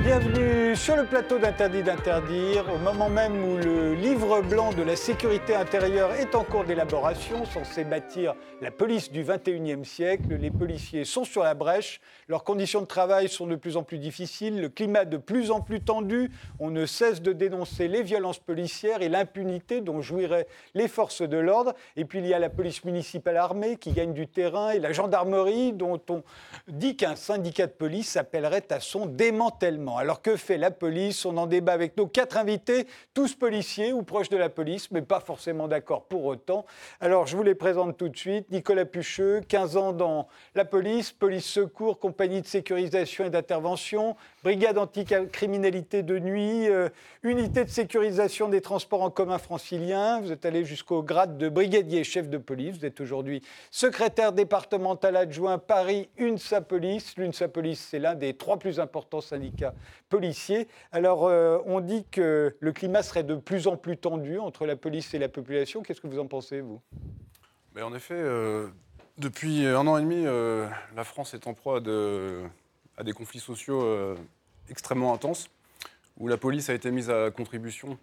Bienvenue sur le plateau d'Interdit d'interdire, au moment même où le livre blanc de la sécurité intérieure est en cours d'élaboration, censé bâtir la police du XXIe siècle. Les policiers sont sur la brèche, leurs conditions de travail sont de plus en plus difficiles, le climat de plus en plus tendu. On ne cesse de dénoncer les violences policières et l'impunité dont jouiraient les forces de l'ordre. Et puis il y a la police municipale armée qui gagne du terrain et la gendarmerie dont on dit qu'un syndicat de police appellerait à son démantèlement. Alors que fait la police ? On en débat avec nos 4 invités, tous policiers ou proches de la police, mais pas forcément d'accord pour autant. Alors je vous les présente tout de suite. Nicolas Pucheux, 15 ans dans la police, police secours, compagnie de sécurisation et d'intervention, brigade anticriminalité de nuit, unité de sécurisation des transports en commun franciliens. Vous êtes allé jusqu'au grade de brigadier chef de police. Vous êtes aujourd'hui secrétaire départemental adjoint Paris UNSA Police. L'UNSA Police, c'est l'un des 3 plus importants syndicats policiers. Alors, on dit que le climat serait de plus en plus tendu entre la police et la population. Qu'est-ce que vous en pensez, vous ? Mais en effet, depuis 1 an et demi, la France est en proie à des conflits sociaux extrêmement intenses, où la police a été mise à contribution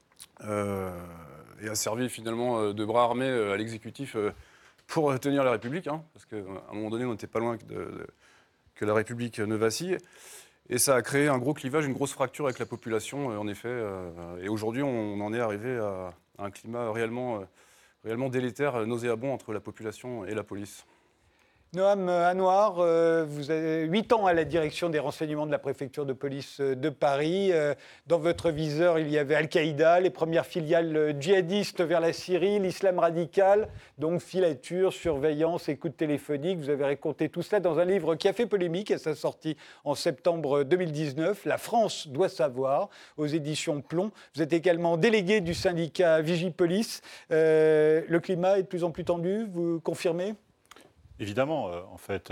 et a servi finalement de bras armés à l'exécutif pour tenir la République, parce qu'à un moment donné, on n'était pas loin que la République ne vacille. Et ça a créé un gros clivage, une grosse fracture avec la population, en effet. Et aujourd'hui, on en est arrivé à un climat réellement délétère, nauséabond entre la population et la police. Noam Anouar, vous avez 8 ans à la direction des renseignements de la préfecture de police de Paris. Dans votre viseur, il y avait Al-Qaïda, les premières filiales djihadistes vers la Syrie, l'islam radical, donc filature, surveillance, écoute téléphonique. Vous avez raconté tout cela dans un livre qui a fait polémique à sa sortie en septembre 2019, La France doit savoir, aux éditions Plomb. Vous êtes également délégué du syndicat Vigipolice. Le climat est de plus en plus tendu, vous confirmez ? Évidemment, en fait,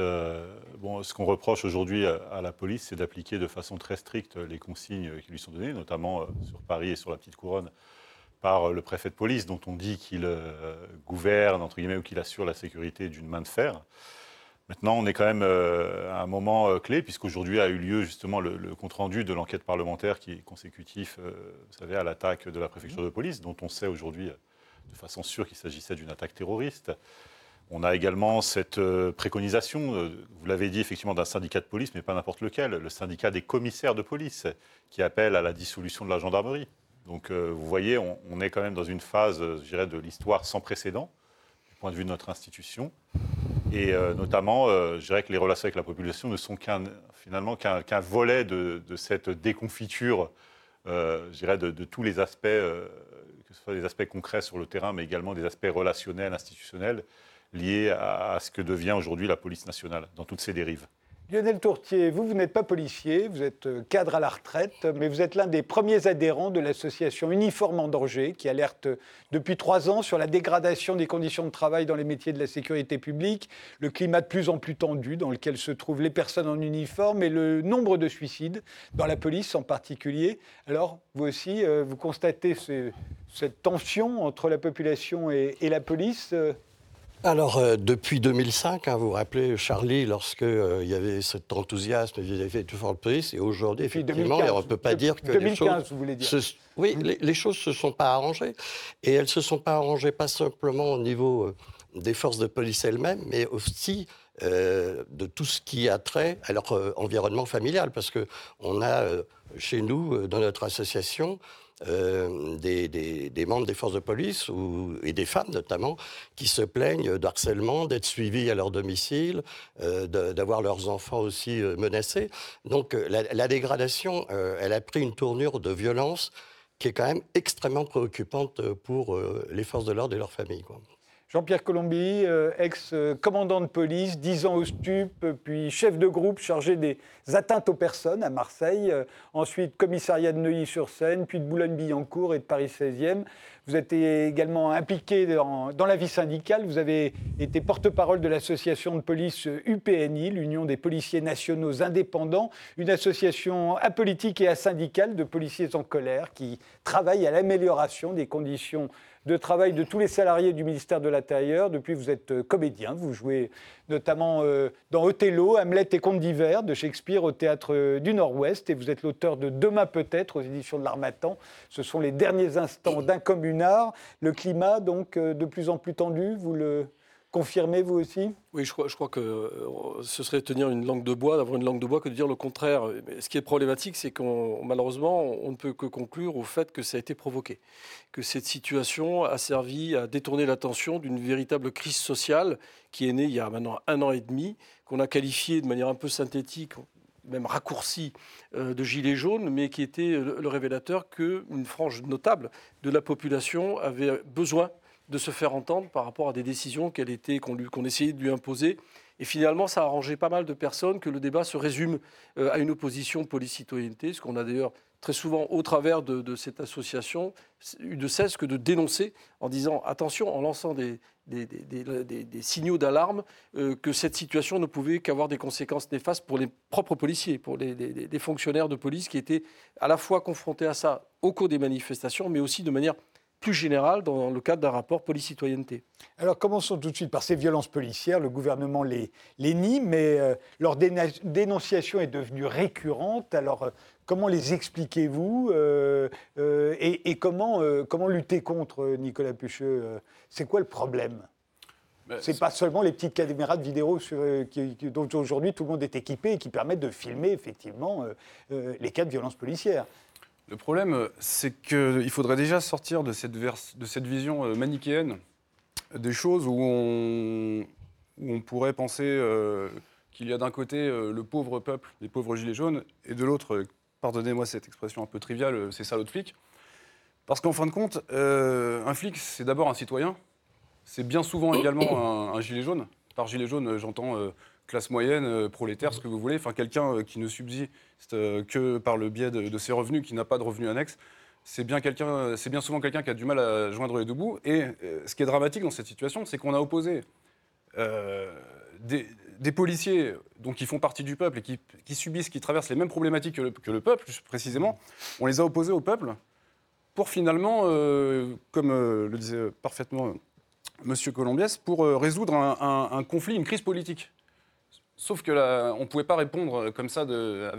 ce qu'on reproche aujourd'hui à la police, c'est d'appliquer de façon très stricte les consignes qui lui sont données, notamment sur Paris et sur la Petite Couronne, par le préfet de police, dont on dit qu'il gouverne, entre guillemets, ou qu'il assure la sécurité d'une main de fer. Maintenant, on est quand même à un moment clé, puisqu'aujourd'hui a eu lieu justement le compte-rendu de l'enquête parlementaire qui est consécutif, vous savez, à l'attaque de la préfecture de police, dont on sait aujourd'hui de façon sûre qu'il s'agissait d'une attaque terroriste. On a également cette préconisation, vous l'avez dit effectivement, d'un syndicat de police, mais pas n'importe lequel, le syndicat des commissaires de police, qui appelle à la dissolution de la gendarmerie. Donc vous voyez, on est quand même dans une phase, je dirais, de l'histoire sans précédent, du point de vue de notre institution. Et notamment, je dirais que les relations avec la population ne sont qu'un volet de cette déconfiture, je dirais, de tous les aspects, que ce soit des aspects concrets sur le terrain, mais également des aspects relationnels, institutionnels, lié à ce que devient aujourd'hui la police nationale, dans toutes ses dérives. Lionel Tourtier, vous n'êtes pas policier, vous êtes cadre à la retraite, mais vous êtes l'un des premiers adhérents de l'association Uniforme en danger, qui alerte depuis 3 ans sur la dégradation des conditions de travail dans les métiers de la sécurité publique, le climat de plus en plus tendu dans lequel se trouvent les personnes en uniforme et le nombre de suicides, dans la police en particulier. Alors, vous aussi, vous constatez cette tension entre la population et la police Alors, depuis 2005, vous vous rappelez, Charlie, lorsqu'il y avait cet enthousiasme vis-à-vis du Fort de police, et aujourd'hui, effectivement, 2015, on ne peut pas dire que 2015, les choses... vous voulez dire. Oui, les choses ne se sont pas arrangées. Et elles ne se sont pas arrangées pas simplement au niveau des forces de police elles-mêmes, mais aussi de tout ce qui a trait à leur environnement familial. Parce qu'on a, chez nous, dans notre association, des membres des forces de police et des femmes notamment qui se plaignent d'harcèlement, d'être suivis à leur domicile, d'avoir leurs enfants aussi menacés. Donc la dégradation, elle a pris une tournure de violence qui est quand même extrêmement préoccupante pour les forces de l'ordre et leurs familles, quoi. Jean-Pierre Colombi, ex-commandant de police, 10 ans au STUP, puis chef de groupe chargé des atteintes aux personnes à Marseille, ensuite commissariat de Neuilly-sur-Seine, puis de Boulogne-Billancourt et de Paris 16e. Vous êtes également impliqué dans la vie syndicale. Vous avez été porte-parole de l'association de police UPNI, l'Union des policiers nationaux indépendants, une association apolitique et asyndicale de policiers en colère qui travaille à l'amélioration des conditions de travail de tous les salariés du ministère de l'Intérieur. Depuis, vous êtes comédien. Vous jouez notamment dans Othello, Hamlet et Contes d'hiver de Shakespeare au Théâtre du Nord-Ouest. Et vous êtes l'auteur de Demain peut-être aux éditions de l'Harmattan. Ce sont les derniers instants d'un communard. Le climat, donc, de plus en plus tendu, vous le confirmez, vous aussi ? Oui, je crois que ce serait tenir une langue de bois, d'avoir une langue de bois, que de dire le contraire. Mais ce qui est problématique, c'est qu'on malheureusement, on ne peut que conclure au fait que ça a été provoqué, que cette situation a servi à détourner l'attention d'une véritable crise sociale qui est née il y a maintenant 1 an et demi, qu'on a qualifiée de manière un peu synthétique, même raccourcie, de gilets jaunes, mais qui était le révélateur qu'une frange notable de la population avait besoin de se faire entendre par rapport à des décisions qu'on essayait de lui imposer. Et finalement, ça a arrangé pas mal de personnes que le débat se résume à une opposition police-citoyenneté, ce qu'on a d'ailleurs très souvent, au travers de cette association, eu de cesse que de dénoncer en disant attention, en lançant des signaux d'alarme, que cette situation ne pouvait qu'avoir des conséquences néfastes pour les propres policiers, pour les fonctionnaires de police qui étaient à la fois confrontés à ça au cours des manifestations, mais aussi de manière plus générale dans le cadre d'un rapport police-citoyenneté. Alors commençons tout de suite par ces violences policières. Le gouvernement les nie, mais leur dénonciation est devenue récurrente. Alors comment les expliquez-vous et comment lutter contre, Nicolas Pucheux ? C'est quoi le problème ? C'est pas seulement les petites caméras de vidéo dont aujourd'hui tout le monde est équipé et qui permettent de filmer effectivement les cas de violences policières. Le problème, c'est qu'il faudrait déjà sortir de cette vision manichéenne des choses où on pourrait penser qu'il y a d'un côté le pauvre peuple, les pauvres gilets jaunes, et de l'autre, pardonnez-moi cette expression un peu triviale, ces salauds de flics. Parce qu'en fin de compte, un flic, c'est d'abord un citoyen. C'est bien souvent également un gilet jaune. Par gilet jaune, j'entends classe moyenne, prolétaire, ce que vous voulez, enfin quelqu'un qui ne subsiste que par le biais de ses revenus, qui n'a pas de revenus annexes. C'est bien souvent quelqu'un qui a du mal à joindre les deux bouts. Et ce qui est dramatique dans cette situation, c'est qu'on a opposé des policiers donc, qui font partie du peuple et qui subissent, qui traversent les mêmes problématiques que le peuple, précisément. On les a opposés au peuple pour finalement, comme le disait parfaitement M. Colombiès, pour résoudre un conflit, une crise politique. Sauf que là, on ne pouvait pas répondre comme ça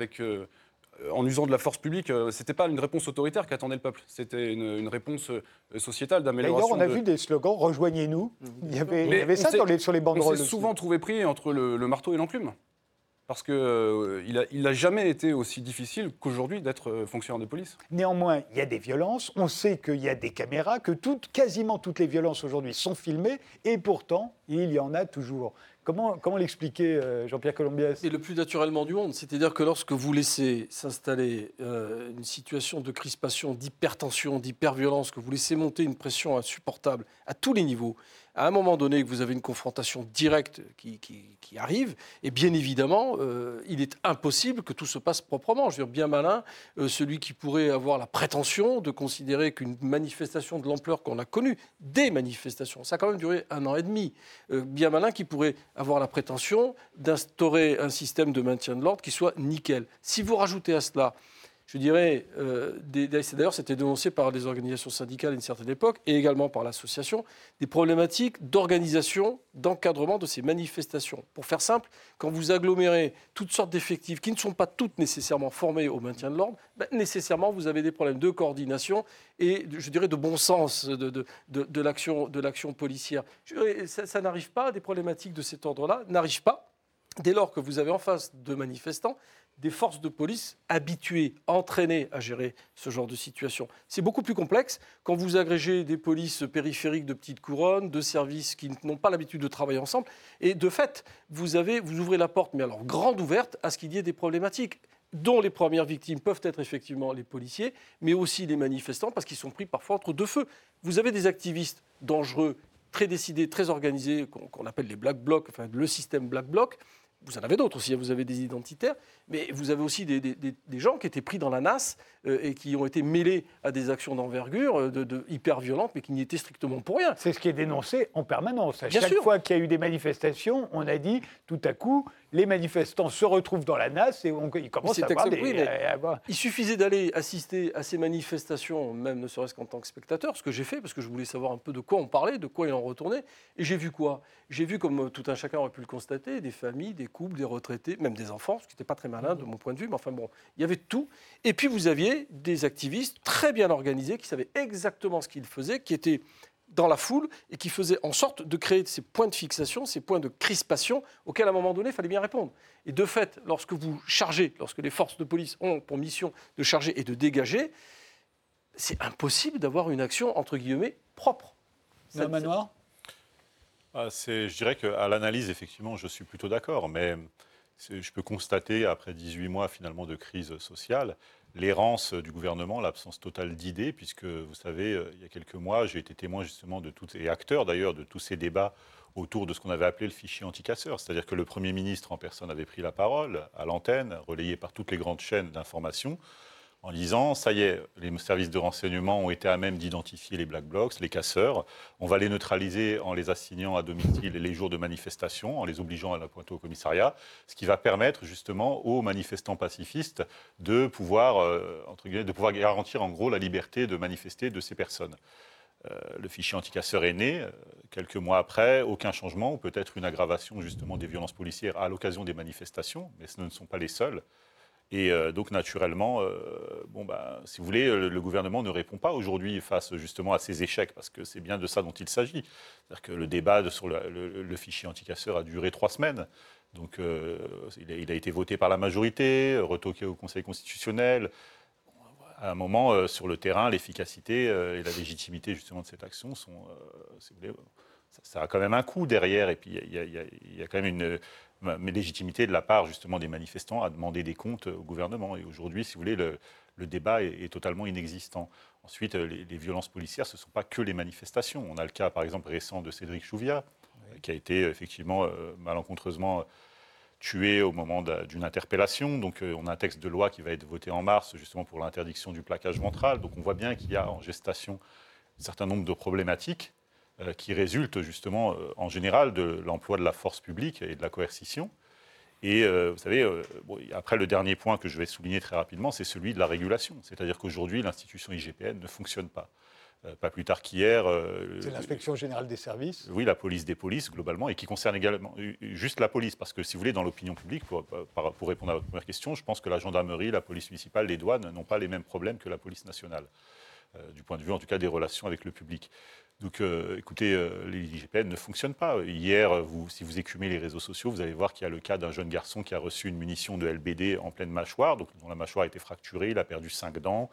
en usant de la force publique. Ce n'était pas une réponse autoritaire qu'attendait le peuple. C'était une réponse sociétale d'amélioration. D'ailleurs, on a vu des slogans « Rejoignez-nous ». Il y avait ça sur les banderoles. On s'est souvent trouvé pris entre le marteau et l'enclume. Parce qu'il n'a jamais été aussi difficile qu'aujourd'hui d'être fonctionnaire de police. Néanmoins, il y a des violences. On sait qu'il y a des caméras, que quasiment toutes les violences aujourd'hui sont filmées. Et pourtant, il y en a toujours. Comment l'expliquer, Jean-Pierre Colombiès ? Et le plus naturellement du monde. C'est-à-dire que lorsque vous laissez s'installer une situation de crispation, d'hypertension, d'hyperviolence, que vous laissez monter une pression insupportable à tous les niveaux, à un moment donné que vous avez une confrontation directe qui arrive, et bien évidemment, il est impossible que tout se passe proprement. Je veux dire, bien malin, celui qui pourrait avoir la prétention de considérer qu'une manifestation de l'ampleur qu'on a connue, des manifestations, ça a quand même duré 1 an et demi, bien malin qui pourrait avoir la prétention d'instaurer un système de maintien de l'ordre qui soit nickel. Si vous rajoutez à cela, je dirais, d'ailleurs c'était dénoncé par les organisations syndicales à une certaine époque et également par l'association, des problématiques d'organisation, d'encadrement de ces manifestations. Pour faire simple, quand vous agglomérez toutes sortes d'effectifs qui ne sont pas toutes nécessairement formés au maintien de l'ordre, nécessairement vous avez des problèmes de coordination et, je dirais, de bon sens de l'action policière. Ça n'arrive pas, des problématiques de cet ordre-là n'arrivent pas dès lors que vous avez en face de manifestants des forces de police habituées, entraînées à gérer ce genre de situation. C'est beaucoup plus complexe quand vous agrégez des polices périphériques de petites couronnes, de services qui n'ont pas l'habitude de travailler ensemble. Et de fait, vous ouvrez la porte, mais alors grande ouverte, à ce qu'il y ait des problématiques dont les premières victimes peuvent être effectivement les policiers, mais aussi les manifestants, parce qu'ils sont pris parfois entre deux feux. Vous avez des activistes dangereux, très décidés, très organisés, qu'on appelle les Black Blocs, enfin le système Black Bloc. Vous en avez d'autres aussi, vous avez des identitaires, mais vous avez aussi des gens qui étaient pris dans la nasse et qui ont été mêlés à des actions d'envergure, hyper violentes, mais qui n'y étaient strictement pour rien. C'est ce qui est dénoncé en permanence. À Bien chaque sûr. fois qu'il y a eu des manifestations, on a dit tout à coup, les manifestants se retrouvent dans la nasse et ils commencent à avoir Il suffisait d'aller assister à ces manifestations, même ne serait-ce qu'en tant que spectateur, ce que j'ai fait, parce que je voulais savoir un peu de quoi on parlait, de quoi il en retournait. Et j'ai vu quoi? J'ai vu, comme tout un chacun aurait pu le constater, des familles, des couples, des retraités, même des enfants, ce qui n'était pas très malin de mon point de vue, mais enfin bon, il y avait tout. Et puis vous aviez des activistes très bien organisés, qui savaient exactement ce qu'ils faisaient, qui étaient dans la foule et qui faisait en sorte de créer ces points de fixation, ces points de crispation auxquels, à un moment donné, il fallait bien répondre. Et de fait, lorsque vous chargez, lorsque les forces de police ont pour mission de charger et de dégager, c'est impossible d'avoir une action, entre guillemets, propre. Manoir ? Je dirais qu'à l'analyse, effectivement, je suis plutôt d'accord, mais je peux constater, après 18 mois finalement de crise sociale, l'errance du gouvernement, l'absence totale d'idées, puisque vous savez, il y a quelques mois, j'ai été témoin justement et acteur d'ailleurs de tous ces débats autour de ce qu'on avait appelé le fichier anticasseur. C'est-à-dire que le Premier ministre en personne avait pris la parole à l'antenne, relayé par toutes les grandes chaînes d'information, en disant, ça y est, les services de renseignement ont été à même d'identifier les Black Blocs, les casseurs. On va les neutraliser en les assignant à domicile les jours de manifestation, en les obligeant à la pointer au commissariat, ce qui va permettre justement aux manifestants pacifistes de pouvoir, entre guillemets, de pouvoir garantir en gros la liberté de manifester de ces personnes. Le fichier anticasseur est né, quelques mois après, aucun changement, ou peut-être une aggravation justement des violences policières à l'occasion des manifestations, mais ce ne sont pas les seuls. Et donc, naturellement, si vous voulez, le gouvernement ne répond pas aujourd'hui face justement à ces échecs, parce que c'est bien de ça dont il s'agit. C'est-à-dire que le débat sur le fichier anticasseur a duré 3 semaines. Donc, il a été voté par la majorité, retoqué au Conseil constitutionnel. À un moment, sur le terrain, l'efficacité et la légitimité justement de cette action sont, si vous voulez, ça a quand même un coût derrière. Et puis, il y a quand même une légitimité de la part justement des manifestants à demander des comptes au gouvernement. Et aujourd'hui, si vous voulez, le débat est totalement inexistant. Ensuite, les violences policières, ce ne sont pas que les manifestations. On a le cas, par exemple, récent de Cédric Chouviat, qui a été effectivement malencontreusement tué au moment d'une interpellation. Donc, on a un texte de loi qui va être voté en mars, justement pour l'interdiction du plaquage ventral. Donc, on voit bien qu'il y a en gestation un certain nombre de problématiques qui résultent justement en général de l'emploi de la force publique et de la coercition. Et vous savez, après le dernier point que je vais souligner très rapidement, c'est celui de la régulation. C'est-à-dire qu'aujourd'hui, l'institution IGPN ne fonctionne pas. Pas plus tard qu'hier... c'est l'inspection générale des services. Oui, la police des polices, globalement, et qui concerne également juste la police. Parce que, si vous voulez, dans l'opinion publique, pour répondre à votre première question, je pense que la gendarmerie, la police municipale, les douanes n'ont pas les mêmes problèmes que la police nationale, du point de vue, en tout cas, des relations avec le public. Donc, écoutez, l'IGPN ne fonctionne pas. Hier, si vous écumez les réseaux sociaux, vous allez voir qu'il y a le cas d'un jeune garçon qui a reçu une munition de LBD en pleine mâchoire, donc dont la mâchoire a été fracturée, il a perdu 5 dents.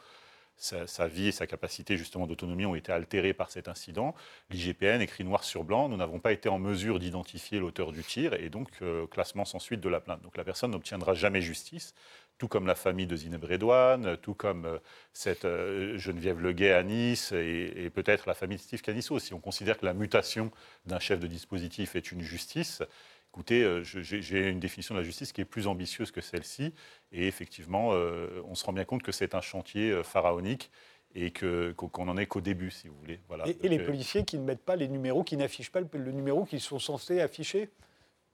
Sa vie et sa capacité justement d'autonomie ont été altérées par cet incident. L'IGPN écrit noir sur blanc, nous n'avons pas été en mesure d'identifier l'auteur du tir et donc classement sans suite de la plainte. Donc la personne n'obtiendra jamais justice, tout comme la famille de Zineb Redouane, tout comme cette Geneviève Leguet à Nice et peut-être la famille de Steve Canisso. Si on considère que la mutation d'un chef de dispositif est une justice, écoutez, j'ai une définition de la justice qui est plus ambitieuse que celle-ci. Et effectivement, on se rend bien compte que c'est un chantier pharaonique et qu'on n'en est qu'au début, si vous voulez. Voilà. Et les policiers qui ne mettent pas les numéros, qui n'affichent pas le numéro qu'ils sont censés afficher, Jean-Pierre ?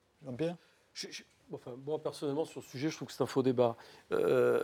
Moi, personnellement, sur ce sujet, je trouve que c'est un faux débat. Pour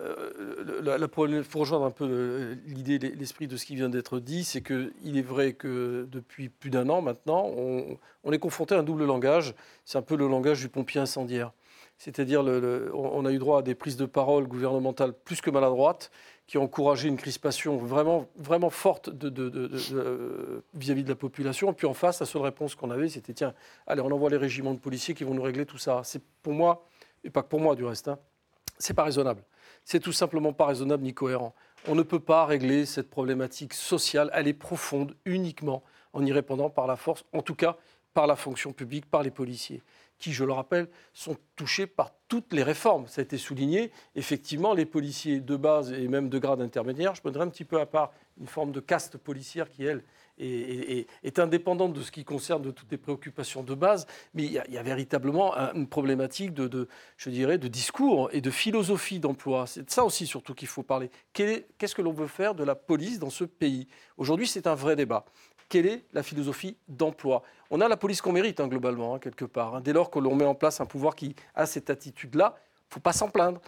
rejoindre un peu l'idée, l'esprit de ce qui vient d'être dit, c'est qu'il est vrai que depuis plus d'1 an maintenant, on est confronté à un double langage. C'est un peu le langage du pompier incendiaire. C'est-à-dire, on a eu droit à des prises de parole gouvernementales plus que maladroites, qui ont encouragé une crispation vraiment, vraiment forte vis-à-vis de la population. Et puis en face, la seule réponse qu'on avait, c'était tiens, allez, on envoie les régiments de policiers qui vont nous régler tout ça. C'est pour moi, et pas que pour moi du reste, c'est pas raisonnable. C'est tout simplement pas raisonnable ni cohérent. On ne peut pas régler cette problématique sociale. Elle est profonde uniquement en y répondant par la force, en tout cas par la fonction publique, par les policiers, qui, je le rappelle, sont touchés par toutes les réformes. Ça a été souligné. Effectivement, les policiers de base et même de grade intermédiaire, je mettrais un petit peu à part une forme de caste policière qui, elle, est indépendante de ce qui concerne de toutes les préoccupations de base. Mais il y a véritablement une problématique je dirais, de discours et de philosophie d'emploi. C'est de ça aussi, surtout, qu'il faut parler. Qu'est-ce que l'on veut faire de la police dans ce pays ? Aujourd'hui, c'est un vrai débat. quelle est la philosophie d'emploi. On a la police qu'on mérite, globalement, quelque part. Dès lors que l'on met en place un pouvoir qui a cette attitude-là, il ne faut pas s'en plaindre.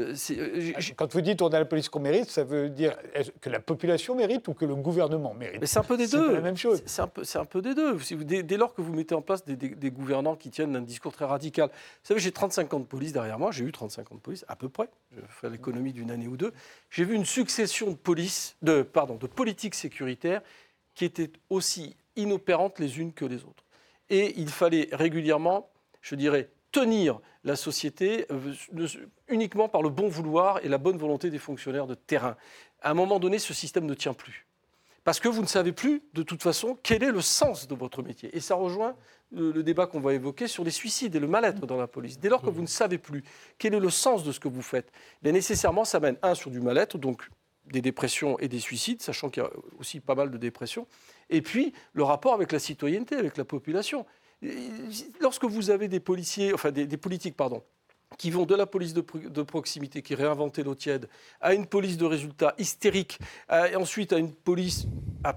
Quand vous dites on a la police qu'on mérite, ça veut dire que la population mérite ou que le gouvernement mérite? Mais c'est un peu des deux. C'est pas la même chose. C'est un peu des deux. Dès lors que vous mettez en place des gouvernants qui tiennent un discours très radical. Vous savez, j'ai 35 ans de police derrière moi. J'ai eu 35 ans de police, à peu près. Je ferai l'économie d'une année ou deux. J'ai vu une succession de politiques sécuritaires qui étaient aussi inopérantes les unes que les autres. Et il fallait régulièrement, je dirais, tenir la société uniquement par le bon vouloir et la bonne volonté des fonctionnaires de terrain. À un moment donné, ce système ne tient plus. Parce que vous ne savez plus, de toute façon, quel est le sens de votre métier. Et ça rejoint le débat qu'on va évoquer sur les suicides et le mal-être dans la police. Dès lors que vous ne savez plus quel est le sens de ce que vous faites, bien nécessairement, ça mène, sur du mal-être, donc des dépressions et des suicides, sachant qu'il y a aussi pas mal de dépressions, et puis le rapport avec la citoyenneté, avec la population. Lorsque vous avez des policiers, des politiques, qui vont de la police de proximité, qui réinventait l'eau tiède, à une police de résultats hystérique, et ensuite à une police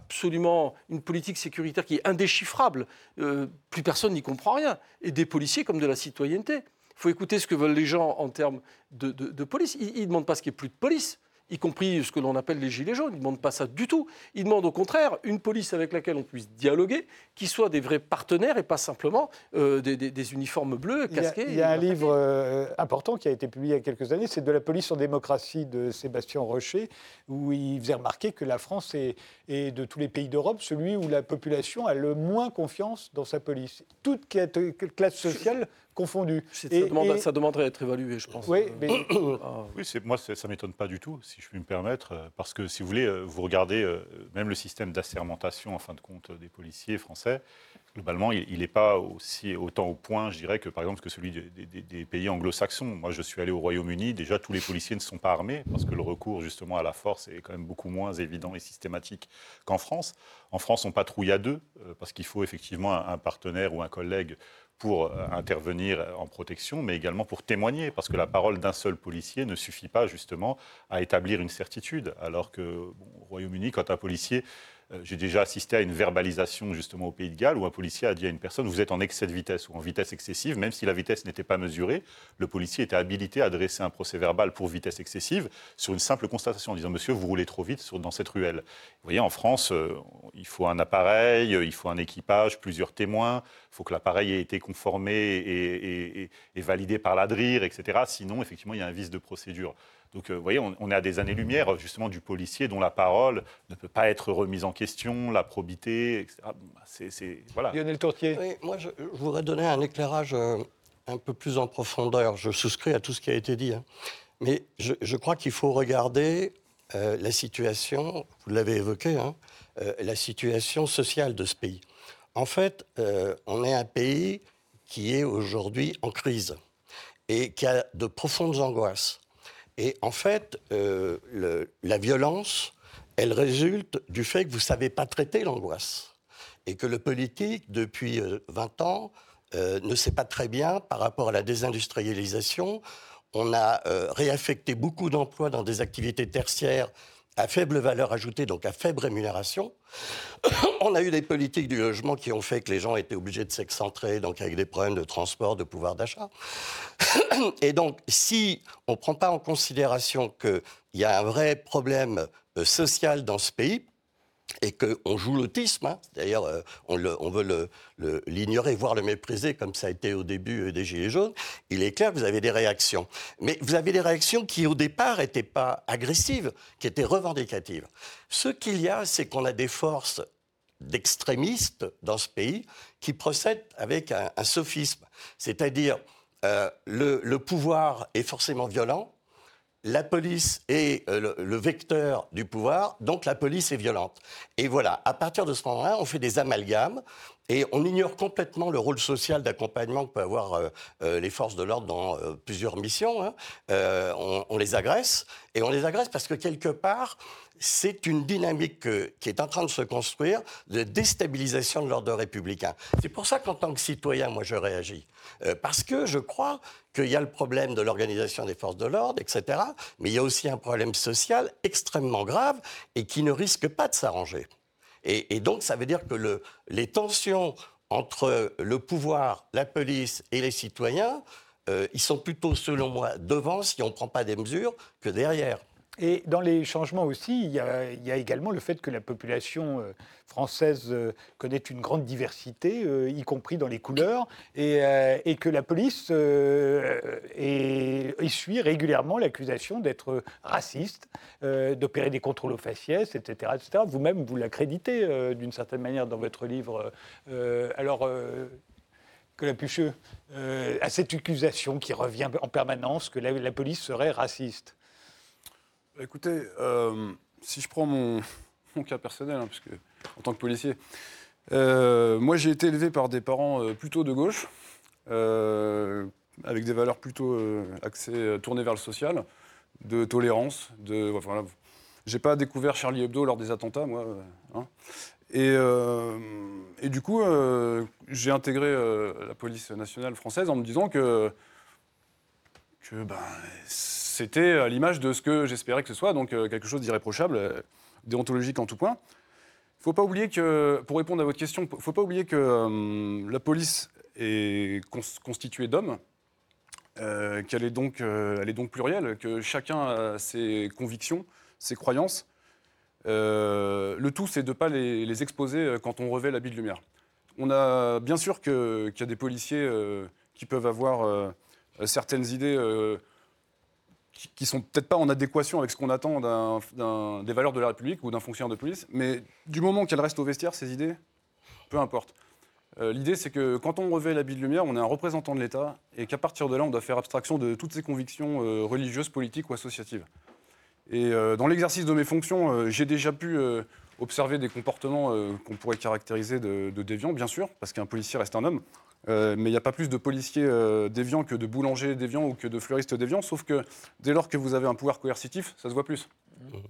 une politique sécuritaire qui est indéchiffrable, plus personne n'y comprend rien, et des policiers comme de la citoyenneté. Il faut écouter ce que veulent les gens en termes de police. Ils ne demandent pas ce qu'il n'y ait plus de police, y compris ce que l'on appelle les gilets jaunes. Ils ne demandent pas ça du tout. Ils demandent au contraire une police avec laquelle on puisse dialoguer, qui soit des vrais partenaires et pas simplement des uniformes bleus casqués. Il y a un livre important qui a été publié il y a quelques années, c'est « De la police en démocratie » de Sébastien Rocher, où il faisait remarquer que la France est de tous les pays d'Europe celui où la population a le moins confiance dans sa police. Toute classe sociale confondue. Ça demanderait à être évalué, je pense. Oui, mais... Oui, moi, ça ne m'étonne pas du tout, si je puis me permettre, parce que, si vous voulez, vous regardez même le système d'assermentation, en fin de compte, des policiers français, globalement, il n'est pas autant au point, je dirais, que, par exemple, que celui des pays anglo-saxons. Moi, je suis allé au Royaume-Uni, déjà, tous les policiers ne sont pas armés, parce que le recours, justement, à la force est quand même beaucoup moins évident et systématique qu'en France. En France, on patrouille à deux, parce qu'il faut effectivement un partenaire ou un collègue pour intervenir en protection, mais également pour témoigner, parce que la parole d'un seul policier ne suffit pas justement à établir une certitude. Alors que au Royaume-Uni, quand un policier... J'ai déjà assisté à une verbalisation justement au Pays de Galles où un policier a dit à une personne « vous êtes en excès de vitesse » ou en vitesse excessive, même si la vitesse n'était pas mesurée, le policier était habilité à dresser un procès-verbal pour vitesse excessive sur une simple constatation en disant « monsieur, vous roulez trop vite dans cette ruelle ». Vous voyez, en France, il faut un appareil, il faut un équipage, plusieurs témoins, il faut que l'appareil ait été conformé et validé par l'ADRIR, etc. Sinon, effectivement, il y a un vice de procédure. Donc, vous voyez, on est à des années-lumière, justement, du policier dont la parole ne peut pas être remise en question, la probité, etc. Voilà. Lionel Tourtier. Oui, moi, je voudrais donner un éclairage un peu plus en profondeur. Je souscris à tout ce qui a été dit. Mais je crois qu'il faut regarder la situation, vous l'avez évoqué, la situation sociale de ce pays. En fait, on est un pays qui est aujourd'hui en crise et qui a de profondes angoisses. Et en fait, la violence, elle résulte du fait que vous ne savez pas traiter l'angoisse. Et que le politique, depuis 20 ans, ne sait pas très bien, par rapport à la désindustrialisation, on a réaffecté beaucoup d'emplois dans des activités tertiaires à faible valeur ajoutée, donc à faible rémunération. On a eu des politiques du logement qui ont fait que les gens étaient obligés de s'excentrer, donc avec des problèmes de transport, de pouvoir d'achat. Et donc, si on ne prend pas en considération qu'il y a un vrai problème social dans ce pays, et qu'on joue l'autisme, d'ailleurs on veut l'ignorer, voire le mépriser, comme ça a été au début des Gilets jaunes, il est clair que vous avez des réactions. Mais vous avez des réactions qui, au départ, n'étaient pas agressives, qui étaient revendicatives. Ce qu'il y a, c'est qu'on a des forces d'extrémistes dans ce pays qui procèdent avec un sophisme. C'est-à-dire, le pouvoir est forcément violent, la police est le vecteur du pouvoir, donc la police est violente. Et voilà, à partir de ce moment-là, on fait des amalgames et on ignore complètement le rôle social d'accompagnement que peuvent avoir les forces de l'ordre dans plusieurs missions. On les agresse, et on les agresse parce que quelque part, c'est une dynamique qui est en train de se construire de déstabilisation de l'ordre républicain. C'est pour ça qu'en tant que citoyen, moi, je réagis. Parce que je crois qu'il y a le problème de l'organisation des forces de l'ordre, etc. Mais il y a aussi un problème social extrêmement grave et qui ne risque pas de s'arranger. Et donc, ça veut dire que les tensions entre le pouvoir, la police et les citoyens, ils sont plutôt, selon moi, devant, si on ne prend pas des mesures, que derrière. Et dans les changements aussi, il y a également le fait que la population française connaît une grande diversité, y compris dans les couleurs, et que la police essuie régulièrement l'accusation d'être raciste, d'opérer des contrôles aux faciès, etc. etc. Vous-même, vous l'accréditez d'une certaine manière dans votre livre. Nicolas Pucheux, à cette accusation qui revient en permanence que la police serait raciste. Écoutez, si je prends mon cas personnel, hein, puisque, en tant que policier, moi j'ai été élevé par des parents plutôt de gauche, avec des valeurs plutôt axées, tournées vers le social, de tolérance. Voilà. J'ai pas découvert Charlie Hebdo lors des attentats, moi. Hein. Et du coup, j'ai intégré la police nationale française en me disant que c'était à l'image de ce que j'espérais que ce soit, donc quelque chose d'irréprochable, déontologique en tout point. Il ne faut pas oublier que, pour répondre à votre question, il ne faut pas oublier que la police est constituée d'hommes, qu'elle est donc plurielle, que chacun a ses convictions, ses croyances. Le tout, c'est de ne pas les exposer quand on revêt l'habit de lumière. On a bien sûr qu'il y a des policiers qui peuvent avoir certaines idées qui sont peut-être pas en adéquation avec ce qu'on attend des valeurs de la République ou d'un fonctionnaire de police, mais du moment qu'elles restent au vestiaire, ces idées, peu importe. L'idée, c'est que quand on revêt l'habit de lumière, on est un représentant de l'État et qu'à partir de là, on doit faire abstraction de toutes ses convictions religieuses, politiques ou associatives. Et dans l'exercice de mes fonctions, j'ai déjà pu observer des comportements qu'on pourrait caractériser de déviants, bien sûr, parce qu'un policier reste un homme. Mais il n'y a pas plus de policiers déviants que de boulangers déviants ou que de fleuristes déviants, sauf que dès lors que vous avez un pouvoir coercitif, ça se voit plus. Hein ?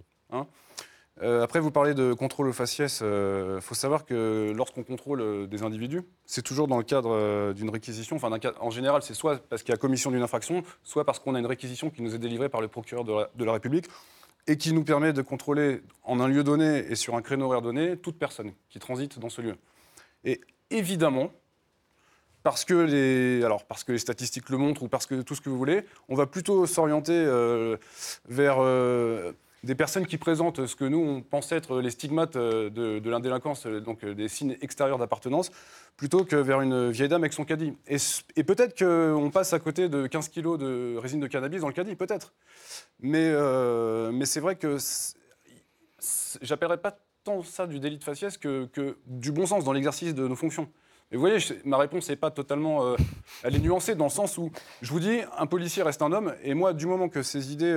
Après, vous parlez de contrôle aux faciès. Faut savoir que lorsqu'on contrôle des individus, c'est toujours dans le cadre d'une réquisition. Enfin, en général, c'est soit parce qu'il y a commission d'une infraction, soit parce qu'on a une réquisition qui nous est délivrée par le procureur de la République et qui nous permet de contrôler en un lieu donné et sur un créneau horaire donné toute personne qui transite dans ce lieu. Et évidemment, parce que les statistiques le montrent ou parce que tout ce que vous voulez, on va plutôt s'orienter vers des personnes qui présentent ce que nous, on pense être les stigmates de l'indélinquance, donc des signes extérieurs d'appartenance, plutôt que vers une vieille dame avec son caddie. Et peut-être qu'on passe à côté de 15 kilos de résine de cannabis dans le caddie, peut-être. Mais c'est vrai que j'appellerais pas tant ça du délit de faciès que du bon sens dans l'exercice de nos fonctions. Et vous voyez, ma réponse n'est pas totalement... elle est nuancée dans le sens où, je vous dis, un policier reste un homme, et moi, du moment que ces idées,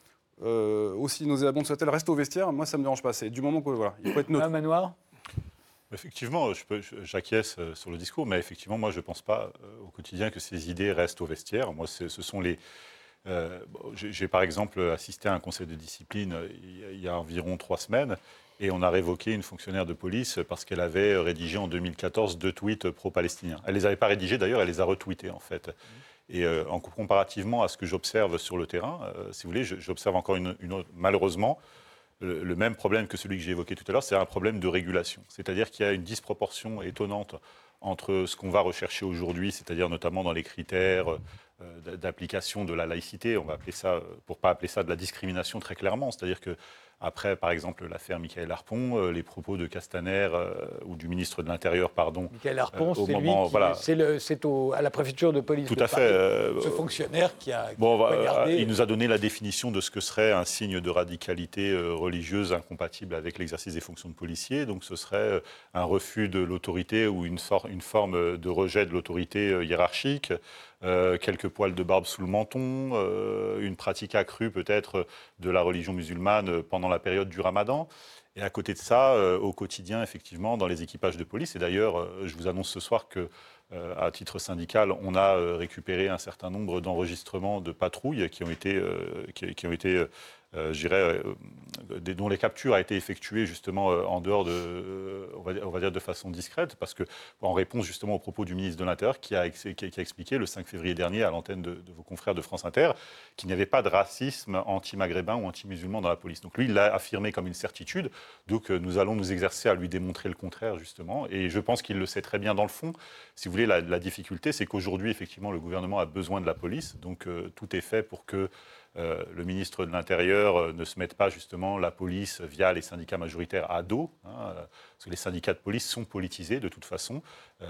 aussi nauséabondes soient-elles, restent au vestiaire, moi, ça ne me dérange pas. C'est du moment que, voilà, il faut être neutre. Manoir ? Effectivement, j'acquiesce sur le discours, mais effectivement, moi, je ne pense pas au quotidien que ces idées restent au vestiaire. Moi, ce sont les... j'ai par exemple assisté à un conseil de discipline il y a environ 3 semaines, et on a révoqué une fonctionnaire de police parce qu'elle avait rédigé en 2014 2 tweets pro-palestiniens. Elle ne les avait pas rédigés d'ailleurs, elle les a retweetés en fait. Et comparativement à ce que j'observe sur le terrain, si vous voulez, j'observe encore malheureusement le même problème que celui que j'ai évoqué tout à l'heure, c'est un problème de régulation. C'est-à-dire qu'il y a une disproportion étonnante entre ce qu'on va rechercher aujourd'hui, c'est-à-dire notamment dans les critères d'application de la laïcité, on va appeler ça, pour ne pas appeler ça de la discrimination très clairement, c'est-à-dire que après, par exemple, l'affaire Michael Harpon, les propos de Castaner ou du ministre de l'Intérieur, pardon. Michael Harpon, c'est à la préfecture de police. Tout à fait. Ce fonctionnaire qui a il nous a donné la définition de ce que serait un signe de radicalité religieuse incompatible avec l'exercice des fonctions de policier. Donc, ce serait un refus de l'autorité ou une forme de rejet de l'autorité hiérarchique. Quelques poils de barbe sous le menton, une pratique accrue peut-être de la religion musulmane pendant la période du Ramadan. Et à côté de ça, au quotidien, effectivement, dans les équipages de police, et d'ailleurs, je vous annonce ce soir que, à titre syndical, on a récupéré un certain nombre d'enregistrements de patrouilles qui ont été dont les captures a été effectuées justement en dehors on va dire de façon discrète, parce que en réponse justement aux propos du ministre de l'Intérieur qui a expliqué le 5 février dernier à l'antenne de vos confrères de France Inter qu'il n'y avait pas de racisme anti-maghrébin ou anti-musulman dans la police. Donc lui, il l'a affirmé comme une certitude. Donc nous allons nous exercer à lui démontrer le contraire justement. Et je pense qu'il le sait très bien dans le fond. Si vous voulez, la difficulté, c'est qu'aujourd'hui, effectivement, le gouvernement a besoin de la police. Donc tout est fait pour que le ministre de l'Intérieur ne se mette pas justement la police via les syndicats majoritaires à dos, parce que les syndicats de police sont politisés de toute façon.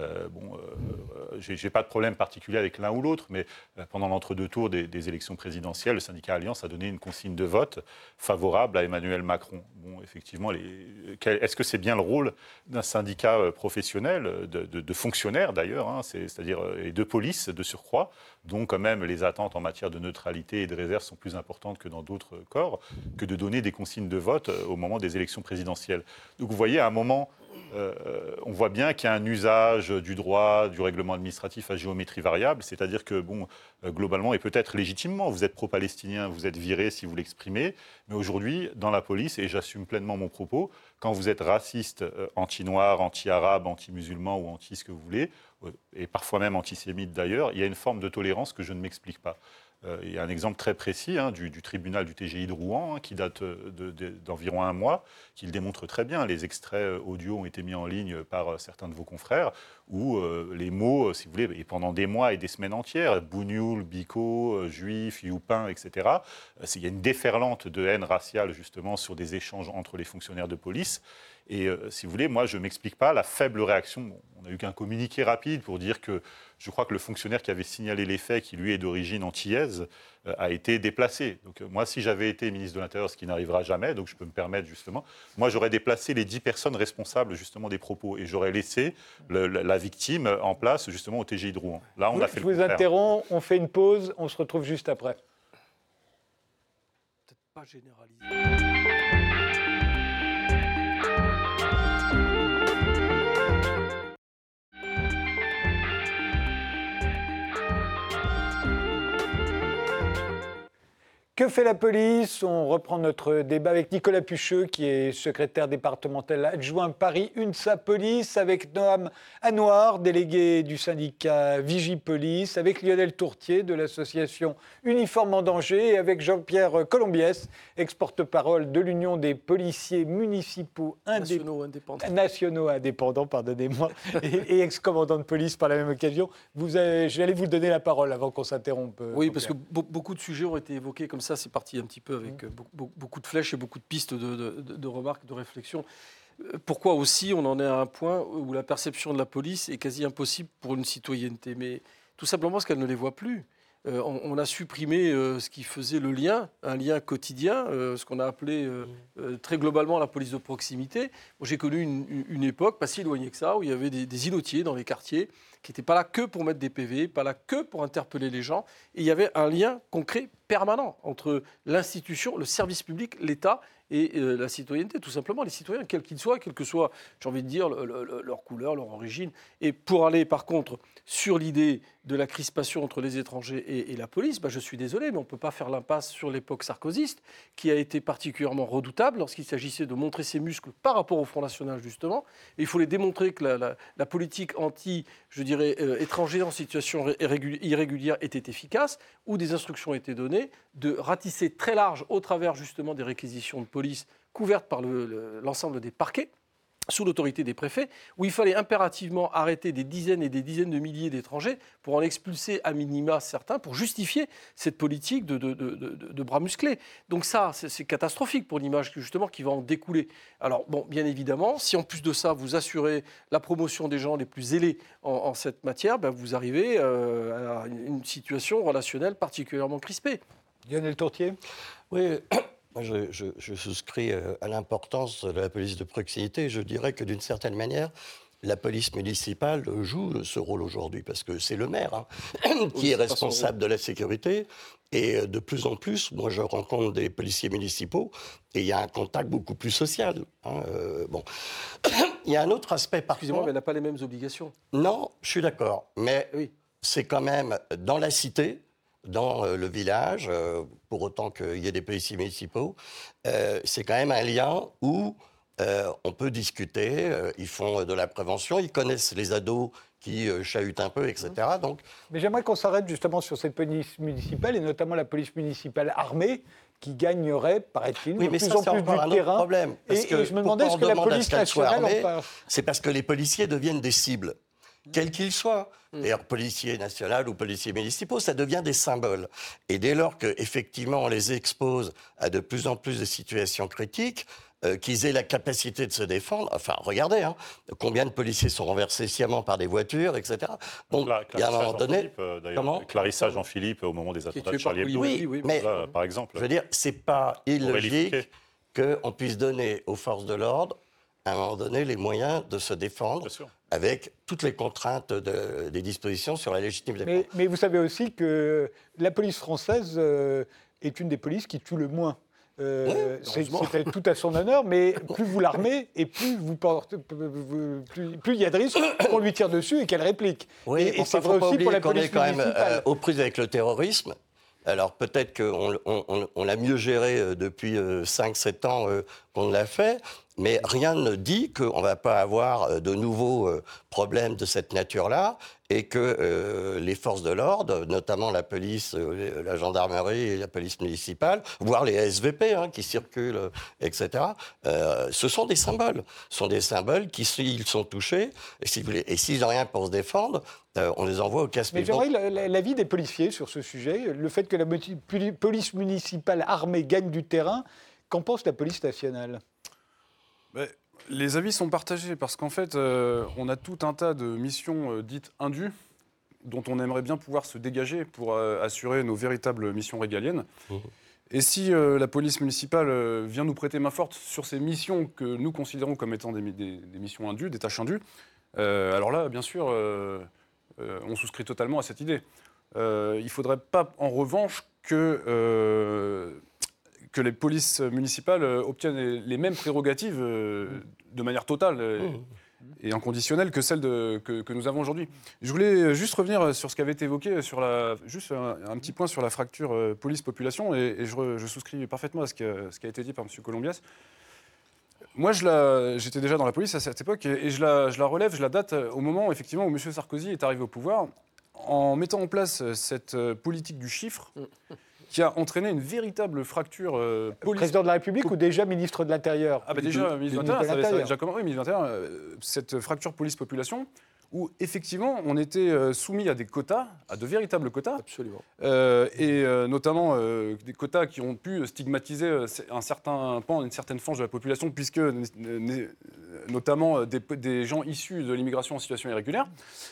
J'ai pas de problème particulier avec l'un ou l'autre, mais pendant l'entre-deux tours des élections présidentielles, le syndicat Alliance a donné une consigne de vote favorable à Emmanuel Macron. Bon, effectivement, est-ce que c'est bien le rôle d'un syndicat professionnel, de fonctionnaires d'ailleurs, c'est-à-dire et de police de surcroît, dont quand même les attentes en matière de neutralité et de réserve sont plus importantes que dans d'autres corps, que de donner des consignes de vote au moment des élections présidentielles. Donc vous voyez, à un moment, on voit bien qu'il y a un usage du droit, du règlement administratif à géométrie variable, c'est-à-dire que, globalement, et peut-être légitimement, vous êtes pro-palestinien, vous êtes viré si vous l'exprimez, mais aujourd'hui, dans la police, et j'assume pleinement mon propos, quand vous êtes raciste, anti-noir, anti-arabe, anti-musulman ou anti ce que vous voulez, et parfois même antisémite d'ailleurs, il y a une forme de tolérance que je ne m'explique pas. Il y a un exemple très précis du tribunal du TGI de Rouen, qui date d'environ un mois, qui le démontre très bien. Les extraits audio ont été mis en ligne par certains de vos confrères, où les mots, si vous voulez, et pendant des mois et des semaines entières, bougnoul, bico, juif, youpin, etc., il y a une déferlante de haine raciale, justement, sur des échanges entre les fonctionnaires de police. Et si vous voulez, moi, je ne m'explique pas la faible réaction. On n'a eu qu'un communiqué rapide pour dire que je crois que le fonctionnaire qui avait signalé les faits, qui lui est d'origine antillaise, a été déplacé. Donc moi, si j'avais été ministre de l'Intérieur, ce qui n'arrivera jamais, donc je peux me permettre justement, moi j'aurais déplacé les 10 personnes responsables justement des propos et j'aurais laissé la victime en place justement au TGI de Rouen. Là, on a fait le contraire. Je vous interromps, on fait une pause, on se retrouve juste après. Peut-être pas généraliser. Que fait la police? On reprend notre débat avec Nicolas Pucheux, qui est secrétaire départemental adjoint Paris UNSA Police, avec Noam Anouar, délégué du syndicat Vigipolice, avec Lionel Tourtier de l'association Uniforme en danger, et avec Jean-Pierre Colombiès, ex-porte-parole de l'Union des policiers municipaux nationaux indépendants, pardonnez-moi, et ex-commandant de police par la même occasion. J'allais vous donner la parole avant qu'on s'interrompe. Oui, parce que beaucoup de sujets ont été évoqués comme ça. C'est parti un petit peu avec beaucoup de flèches et beaucoup de pistes de remarques, de réflexions. Pourquoi aussi on en est à un point où la perception de la police est quasi impossible pour une citoyenneté? Mais tout simplement parce qu'elle ne les voit plus. On a supprimé ce qui faisait le lien, un lien quotidien, ce qu'on a appelé très globalement la police de proximité. Moi, j'ai connu une époque, pas si éloignée que ça, où il y avait des îlotiers dans les quartiers qui n'étaient pas là que pour mettre des PV, pas là que pour interpeller les gens. Et il y avait un lien concret permanent entre l'institution, le service public, l'État et la citoyenneté, tout simplement, les citoyens, quels qu'ils soient, quelle que soit, j'ai envie de dire, leur couleur, leur origine. Et pour aller, par contre, sur l'idée de la crispation entre les étrangers et la police, je suis désolé, mais on ne peut pas faire l'impasse sur l'époque sarkozyste, qui a été particulièrement redoutable lorsqu'il s'agissait de montrer ses muscles par rapport au Front National, justement. Et il faut les démontrer que la politique étrangers en situation irrégulière était efficace, où des instructions étaient données de ratisser très large au travers, justement, des réquisitions de police couvertes par l'ensemble des parquets, sous l'autorité des préfets, où il fallait impérativement arrêter des dizaines et des dizaines de milliers d'étrangers pour en expulser à minima certains, pour justifier cette politique de bras musclés. Donc ça, c'est catastrophique pour l'image justement qui va en découler. Alors bon, bien évidemment, si en plus de ça, vous assurez la promotion des gens les plus zélés en cette matière, vous arrivez à une situation relationnelle particulièrement crispée. Lionel Tourtier? Oui. Moi, je souscris à l'importance de la police de proximité. Je dirais que d'une certaine manière, la police municipale joue ce rôle aujourd'hui, parce que c'est le maire qui est responsable de la sécurité. Et de plus en plus, moi je rencontre des policiers municipaux et il y a un contact beaucoup plus social. Il y a un autre aspect par Excusez-moi, mais elle n'a pas les mêmes obligations. Non, je suis d'accord. Mais oui, c'est quand même dans la cité. dans le village, pour autant qu'il y ait des policiers municipaux, c'est quand même un lien où on peut discuter, ils font de la prévention, ils connaissent les ados qui chahutent un peu, etc. Donc, Mais j'aimerais qu'on s'arrête justement sur cette police municipale, et notamment la police municipale armée, qui gagnerait, paraît-il, oui, de mais plus ça, en c'est plus encore un du autre terrain. problème. Parce Et je me demandais, est-ce que la police nationale en parle? C'est parce que les policiers deviennent des cibles, quels qu'ils soient. D'ailleurs, policiers nationaux ou policiers municipaux, ça devient des symboles. Et dès lors qu'effectivement on les expose à de plus en plus de situations critiques, qu'ils aient la capacité de se défendre. Enfin, regardez, combien de policiers sont renversés sciemment par des voitures, etc. Donc, il y a un moment donné... Clarissa Jean-Philippe, au moment des attentats de Charlie Hebdo. Oui, mais là, par exemple. Je veux dire, c'est pas illogique qu'on puisse donner aux forces de l'ordre, à un moment donné, les moyens de se défendre avec toutes les contraintes des dispositions sur la légitime défense. Mais vous savez aussi que la police française est une des polices qui tue le moins. C'est tout à son honneur, mais plus vous l'armez et plus il y a de risques qu'on lui tire dessus et qu'elle réplique. Oui, et c'est vrai aussi pour la police est quand municipale. même aux prises avec le terrorisme. Alors peut-être qu'on l'a mieux géré depuis 5-7 ans qu'on l'a fait, mais rien ne dit qu'on ne va pas avoir de nouveaux problèmes de cette nature-là et que les forces de l'ordre, notamment la police, la gendarmerie et la police municipale, voire les SVP qui circulent, etc., ce sont des symboles. Ce sont des symboles qui, s'ils sont touchés, et s'ils n'ont rien pour se défendre, on les envoie au casse-pied. Mais j'aimerais l'avis des policiers sur ce sujet. Le fait que la police municipale armée gagne du terrain, qu'en pense la police nationale ? Les avis sont partagés parce qu'en fait, on a tout un tas de missions dites indues dont on aimerait bien pouvoir se dégager pour assurer nos véritables missions régaliennes. Et si la police municipale vient nous prêter main forte sur ces missions que nous considérons comme étant des missions indues, des tâches indues, alors là, bien sûr, on souscrit totalement à cette idée. Il ne faudrait pas, en revanche, que les polices municipales obtiennent les mêmes prérogatives de manière totale et inconditionnelle que celles que nous avons aujourd'hui. Je voulais juste revenir sur ce qui avait été évoqué, juste un petit point sur la fracture police-population, et je souscris parfaitement à ce qui a été dit par M. Colombias. Moi, j'étais déjà dans la police à cette époque, et je la relève, je la date au moment effectivement, où M. Sarkozy est arrivé au pouvoir, en mettant en place cette politique du chiffre, qui a entraîné une véritable fracture Président de la République ou déjà ministre de l'Intérieur ? Déjà, ministre de l'Intérieur, ça avait déjà commencé, ministre de l'Intérieur, cette fracture police-population, où effectivement, on était soumis à des quotas, à de véritables quotas. Absolument. Et notamment des quotas qui ont pu stigmatiser un certain pan, une certaine frange de la population, puisque notamment des gens issus de l'immigration en situation irrégulière.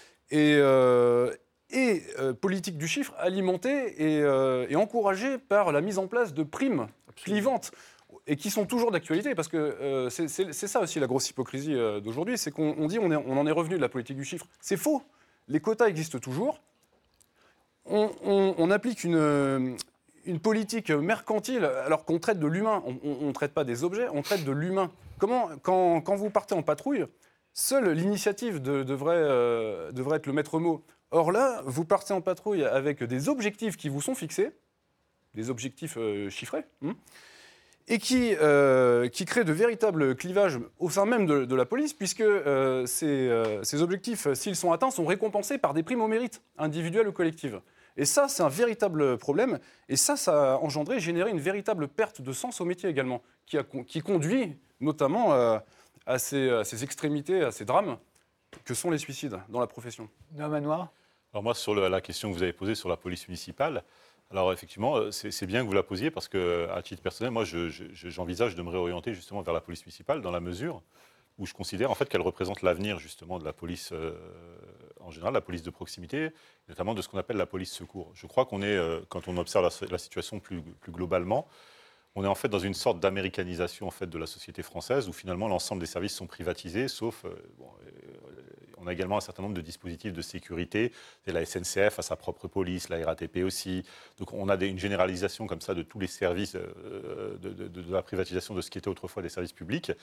Et politique du chiffre alimentée et encouragée par la mise en place de primes clivantes et qui sont toujours d'actualité, parce que c'est ça aussi la grosse hypocrisie d'aujourd'hui, c'est qu'on dit on en est revenu de la politique du chiffre. C'est faux. Les quotas existent toujours. On applique une politique mercantile alors qu'on traite de l'humain. On ne traite pas des objets, on traite de l'humain. Quand vous partez en patrouille, seule l'initiative devrait être le maître mot. Or là, vous partez en patrouille avec des objectifs qui vous sont fixés, des objectifs chiffrés, et qui créent de véritables clivages au sein même de la police, puisque ces objectifs, s'ils sont atteints, sont récompensés par des primes au mérite, individuelles ou collectives. Et ça, c'est un véritable problème, et ça a engendré, généré une véritable perte de sens au métier également, qui conduit notamment à ces extrémités, à ces drames, que sont les suicides dans la profession. Manoir ? Alors moi, sur la question que vous avez posée sur la police municipale, alors effectivement, c'est bien que vous la posiez parce qu'à titre personnel, moi, j'envisage de me réorienter justement vers la police municipale dans la mesure où je considère en fait qu'elle représente l'avenir justement de la police en général, la police de proximité, notamment de ce qu'on appelle la police secours. Je crois qu'on est, quand on observe la situation plus globalement, on est en fait dans une sorte d'américanisation en fait de la société française où finalement l'ensemble des services sont privatisés, sauf on a également un certain nombre de dispositifs de sécurité. C'est la SNCF a sa propre police, la RATP aussi. Donc on a une généralisation comme ça de tous les services de la privatisation de ce qui était autrefois des services publics.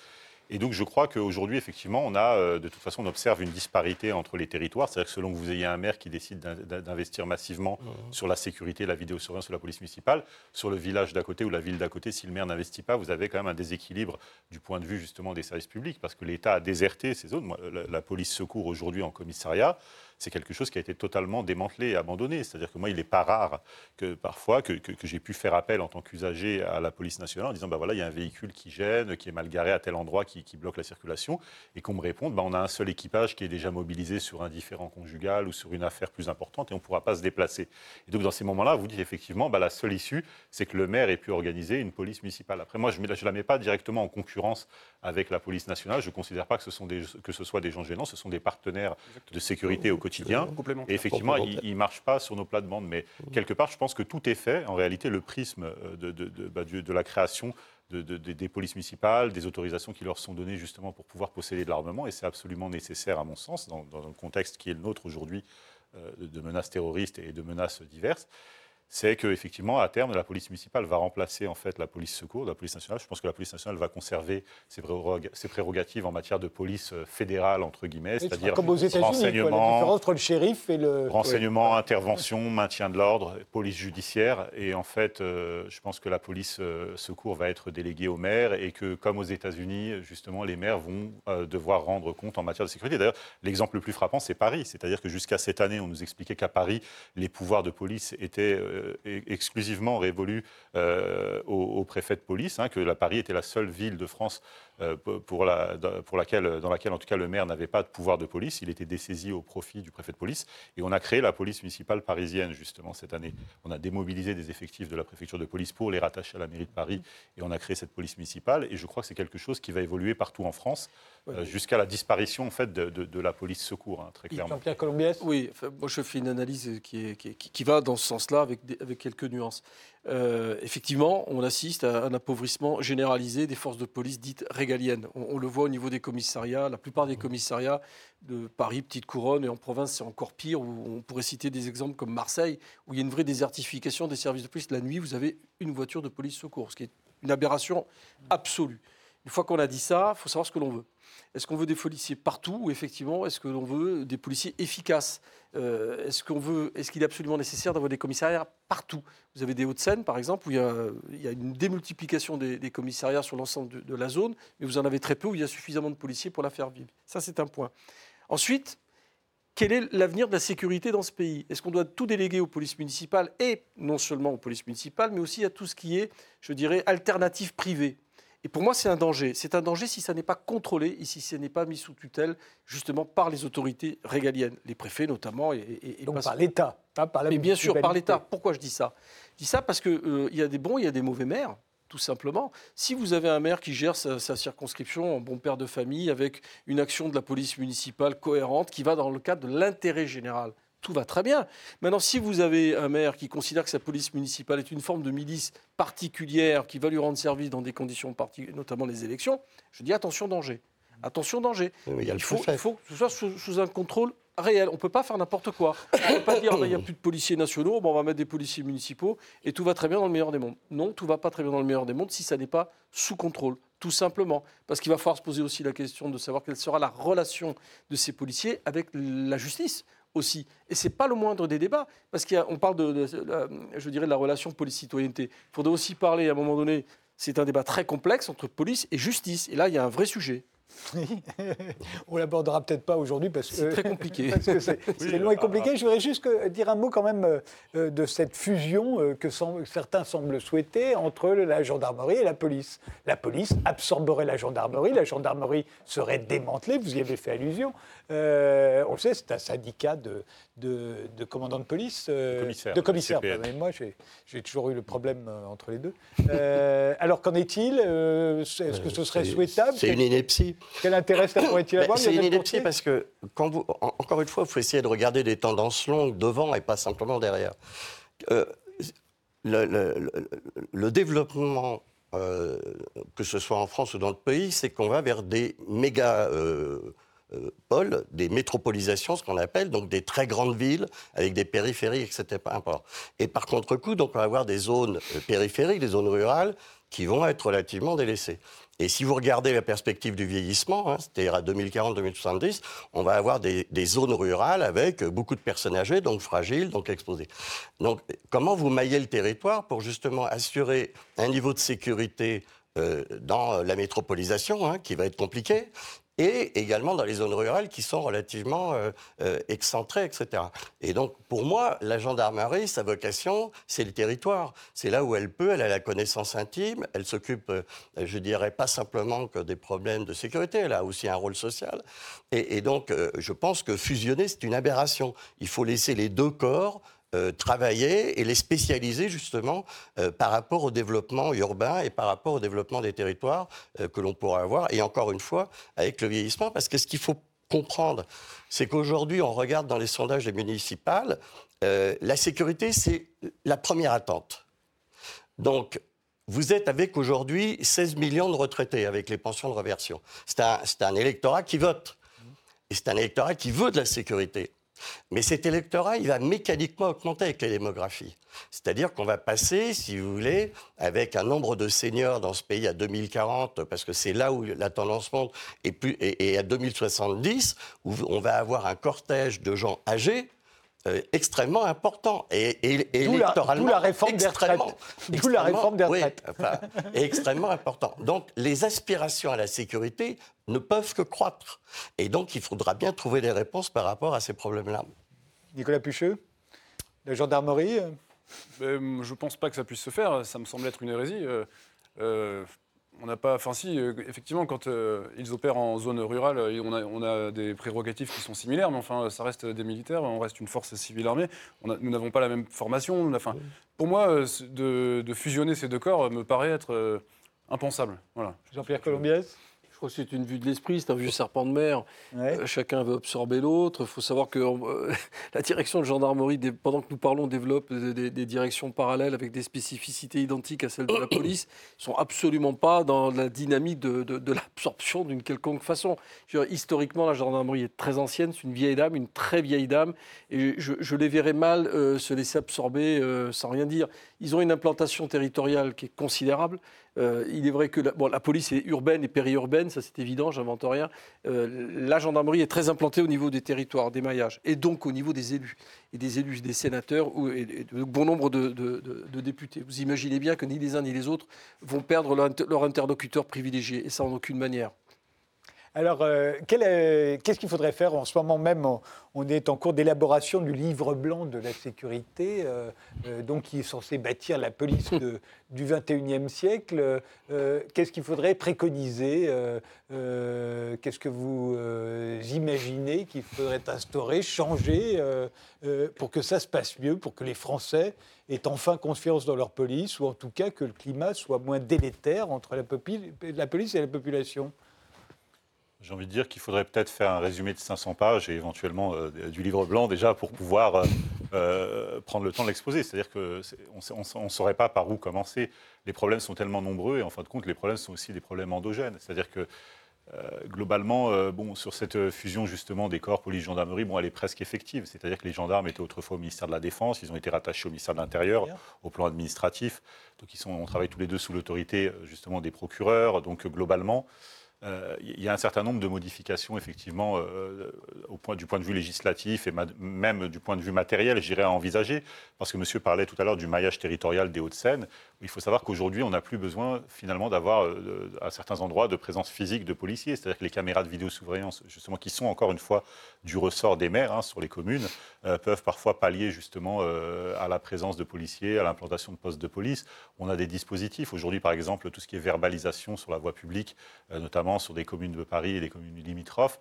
Et donc, je crois qu'aujourd'hui, effectivement, on a, de toute façon, on observe une disparité entre les territoires. C'est-à-dire que selon que vous ayez un maire qui décide d'investir massivement sur la sécurité, la vidéosurveillance ou la police municipale, sur le village d'à côté ou la ville d'à côté, si le maire n'investit pas, vous avez quand même un déséquilibre du point de vue, justement, des services publics, parce que l'État a déserté ces zones. La police secours, aujourd'hui, en commissariat, c'est quelque chose qui a été totalement démantelé et abandonné. C'est-à-dire que moi, il n'est pas rare que parfois que j'ai pu faire appel en tant qu'usager à la police nationale en disant voilà, il y a un véhicule qui gêne, qui est mal garé à tel endroit, qui bloque la circulation, et qu'on me réponde on a un seul équipage qui est déjà mobilisé sur un différend conjugal ou sur une affaire plus importante et on ne pourra pas se déplacer. Et donc, dans ces moments-là, vous dites effectivement la seule issue, c'est que le maire ait pu organiser une police municipale. Après, moi, je ne la mets pas directement en concurrence avec la police nationale. Je ne considère pas que ce soit des gens gênants, ce sont des partenaires de sécurité au quotidien. Et effectivement, ils ne marchent pas sur nos plates-bandes. Mais quelque part, je pense que tout est fait. En réalité, le prisme de la création des polices municipales, des autorisations qui leur sont données justement pour pouvoir posséder de l'armement, et c'est absolument nécessaire à mon sens, dans le contexte qui est le nôtre aujourd'hui, de menaces terroristes et de menaces diverses, c'est qu'effectivement, à terme, la police municipale va remplacer en fait la police secours, la police nationale. Je pense que la police nationale va conserver ses prérogatives en matière de police fédérale, entre guillemets, c'est-à-dire comme aux États-Unis, renseignement, la différence entre le shérif et le... renseignement, intervention, maintien de l'ordre, police judiciaire. Et en fait, je pense que la police secours va être déléguée aux maires et que, comme aux États-Unis, justement, les maires vont devoir rendre compte en matière de sécurité. D'ailleurs, l'exemple le plus frappant, c'est Paris. C'est-à-dire que jusqu'à cette année, on nous expliquait qu'à Paris, les pouvoirs de police étaient exclusivement révolu au préfet de police, que Paris était la seule ville de France dans laquelle, en tout cas, le maire n'avait pas de pouvoir de police. Il était dessaisi au profit du préfet de police. Et on a créé la police municipale parisienne, justement, cette année. On a démobilisé des effectifs de la préfecture de police pour les rattacher à la mairie de Paris. Et on a créé cette police municipale. Et je crois que c'est quelque chose qui va évoluer partout en France, jusqu'à la disparition, en fait, de la police secours, très clairement. Jean-Pierre Colombiès ? Oui, moi je fais une analyse qui va dans ce sens-là, avec quelques nuances. Effectivement, on assiste à un appauvrissement généralisé des forces de police dites régaliennes. On le voit au niveau des commissariats. La plupart des commissariats de Paris, Petite Couronne, et en province, c'est encore pire. Où on pourrait citer des exemples comme Marseille, où il y a une vraie désertification des services de police. La nuit, vous avez une voiture de police secours, ce qui est une aberration absolue. Une fois qu'on a dit ça, il faut savoir ce que l'on veut. Est-ce qu'on veut des policiers partout ou effectivement est-ce que l'on veut des policiers efficaces ? Est-ce qu'il est absolument nécessaire d'avoir des commissariats partout ? Vous avez des Hauts-de-Seine, par exemple, où il y a une démultiplication des commissariats sur l'ensemble de la zone, mais vous en avez très peu où il y a suffisamment de policiers pour la faire vivre. Ça, c'est un point. Ensuite, quel est l'avenir de la sécurité dans ce pays ? Est-ce qu'on doit tout déléguer aux polices municipales et non seulement aux polices municipales, mais aussi à tout ce qui est, je dirais, alternative privée ? Et pour moi, c'est un danger. C'est un danger si ça n'est pas contrôlé et si ça n'est pas mis sous tutelle, justement, par les autorités régaliennes, les préfets notamment. Donc par l'État, pas par la municipalité. Mais bien sûr, par l'État. Pourquoi je dis ça ? Je dis ça parce qu'il y a des bons, il y a des mauvais maires, tout simplement. Si vous avez un maire qui gère sa circonscription en bon père de famille, avec une action de la police municipale cohérente, qui va dans le cadre de l'intérêt général, tout va très bien. Maintenant, si vous avez un maire qui considère que sa police municipale est une forme de milice particulière qui va lui rendre service dans des conditions particulières, notamment les élections, je dis attention, danger. Attention, danger. Il faut que ce soit sous un contrôle réel. On ne peut pas faire n'importe quoi. On ne peut pas dire il n'y a plus de policiers nationaux, on va mettre des policiers municipaux et tout va très bien dans le meilleur des mondes. Non, tout ne va pas très bien dans le meilleur des mondes si ça n'est pas sous contrôle. Tout simplement. Parce qu'il va falloir se poser aussi la question de savoir quelle sera la relation de ces policiers avec la justice. Aussi. Et ce n'est pas le moindre des débats, parce qu'on parle je dirais, de la relation police-citoyenneté. Il faudrait aussi parler, à un moment donné, c'est un débat très complexe entre police et justice. Et là, il y a un vrai sujet. On l'abordera peut-être pas aujourd'hui parce que c'est très compliqué. Parce que c'est long et compliqué. Je voudrais juste dire un mot quand même de cette fusion que certains semblent souhaiter entre la gendarmerie et la police. La police absorberait la gendarmerie serait démantelée, vous y avez fait allusion. On le sait, c'est un syndicat de commandants de police, de commissaires. Mais moi, j'ai toujours eu le problème entre les deux. Alors qu'en est-il ? Est-ce que ce serait souhaitable ? C'est une ineptie. Quel intérêt ça pourrait-il avoir ? C'est une ineptie parce que, encore une fois, il faut essayer de regarder des tendances longues devant et pas simplement derrière. Le développement, que ce soit en France ou dans le pays, c'est qu'on va vers des méga pôles, des métropolisations, ce qu'on appelle, donc des très grandes villes avec des périphéries, etc. Et par contre-coup, donc, on va avoir des zones périphériques, des zones rurales, qui vont être relativement délaissés. Et si vous regardez la perspective du vieillissement, c'est-à-dire à 2040-2070, on va avoir des zones rurales avec beaucoup de personnes âgées, donc fragiles, donc exposées. Donc, comment vous maillez le territoire pour justement assurer un niveau de sécurité dans la métropolisation, qui va être compliqué, et également dans les zones rurales qui sont relativement excentrées, etc. Et donc, pour moi, la gendarmerie, sa vocation, c'est le territoire. C'est là où elle peut, elle a la connaissance intime, elle s'occupe, je dirais, pas simplement que des problèmes de sécurité, elle a aussi un rôle social. Et donc, je pense que fusionner, c'est une aberration. Il faut laisser les deux corps travailler et les spécialiser justement par rapport au développement urbain et par rapport au développement des territoires que l'on pourra avoir. Et encore une fois, avec le vieillissement, parce que ce qu'il faut comprendre, c'est qu'aujourd'hui, on regarde dans les sondages des municipales, la sécurité, c'est la première attente. Donc, vous êtes avec aujourd'hui 16 millions de retraités avec les pensions de réversion. C'est un électorat qui vote. Et c'est un électorat qui veut de la sécurité. Mais cet électorat, il va mécaniquement augmenter avec la démographie. C'est-à-dire qu'on va passer, si vous voulez, avec un nombre de seniors dans ce pays à 2040, parce que c'est là où la tendance monte, et à 2070, où on va avoir un cortège de gens âgés extrêmement important. Et électoralement, d'où la réforme des retraites. D'où la réforme des retraites. Oui, extrêmement important. Donc, les aspirations à la sécurité ne peuvent que croître. Et donc, il faudra bien trouver des réponses par rapport à ces problèmes-là. Nicolas Pucheux, la gendarmerie Je ne pense pas que ça puisse se faire. Ça me semble être une hérésie. On n'a pas... Enfin si, effectivement, quand ils opèrent en zone rurale, on a des prérogatives qui sont similaires, mais enfin, ça reste des militaires, on reste une force civile armée. Nous n'avons pas la même formation. Pour moi, de fusionner ces deux corps me paraît être impensable. Voilà. Jean-Pierre Colombiès. Je crois que c'est une vue de l'esprit, c'est un vieux serpent de mer. Ouais. Chacun veut absorber l'autre. Il faut savoir que la direction de gendarmerie, pendant que nous parlons, développe des directions parallèles avec des spécificités identiques à celles de la police. Ils ne sont absolument pas dans la dynamique de l'absorption d'une quelconque façon. Historiquement, la gendarmerie est très ancienne, c'est une vieille dame, une très vieille dame. Et je les verrais mal se laisser absorber sans rien dire. Ils ont une implantation territoriale qui est considérable. Il est vrai que la police est urbaine et périurbaine, ça c'est évident, j'invente rien. La gendarmerie est très implantée au niveau des territoires, des maillages, et donc au niveau des élus, et des élus, des sénateurs, et de bon nombre de députés. Vous imaginez bien que ni les uns ni les autres vont perdre leur interlocuteur privilégié, et ça en aucune manière. Alors, qu'est-ce qu'il faudrait faire en ce moment même? On est en cours d'élaboration du livre blanc de la sécurité, donc qui est censé bâtir la police du XXIe siècle. Qu'est-ce qu'il faudrait préconiser? Qu'est-ce que vous imaginez qu'il faudrait instaurer, changer pour que ça se passe mieux, pour que les Français aient enfin confiance dans leur police, ou en tout cas que le climat soit moins délétère entre la police et la population? J'ai envie de dire qu'il faudrait peut-être faire un résumé de 500 pages et éventuellement du livre blanc déjà pour pouvoir prendre le temps de l'exposer. C'est-à-dire qu'on ne saurait pas par où commencer. Les problèmes sont tellement nombreux et en fin de compte, les problèmes sont aussi des problèmes endogènes. C'est-à-dire que globalement, sur cette fusion justement des corps police-gendarmerie, elle est presque effective. C'est-à-dire que les gendarmes étaient autrefois au ministère de la Défense, ils ont été rattachés au ministère de l'Intérieur, au plan administratif. Donc on travaille tous les deux sous l'autorité justement des procureurs. Donc globalement, il y a un certain nombre de modifications, effectivement, du point de vue législatif et même du point de vue matériel, je dirais, à envisager. Parce que monsieur parlait tout à l'heure du maillage territorial des Hauts-de-Seine. Il faut savoir qu'aujourd'hui, on n'a plus besoin, finalement, d'avoir, à certains endroits, de présence physique de policiers. C'est-à-dire que les caméras de vidéosurveillance, justement, qui sont, encore une fois, du ressort des maires sur les communes, peuvent parfois pallier, justement, à la présence de policiers, à l'implantation de postes de police. On a des dispositifs. Aujourd'hui, par exemple, tout ce qui est verbalisation sur la voie publique, notamment sur des communes de Paris et des communes limitrophes,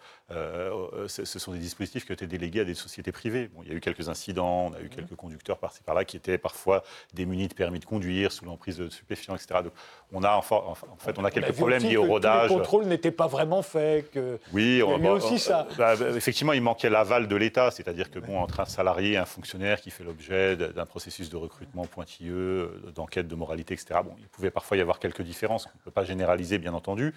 ce sont des dispositifs qui ont été délégués à des sociétés privées. Il y a eu quelques incidents, on a eu quelques conducteurs par-ci par-là qui étaient parfois démunis de permis de conduire, sous l'emprise de stupéfiants, etc. Donc, on a quelques problèmes liés au rodage. Les contrôles n'étaient pas vraiment faits. Oui, il y a aussi ça. Effectivement, il manquait l'aval de l'État, c'est-à-dire que entre un salarié et un fonctionnaire qui fait l'objet d'un processus de recrutement pointilleux, d'enquête de moralité, etc. Il pouvait parfois y avoir quelques différences, on ne peut pas généraliser, bien entendu.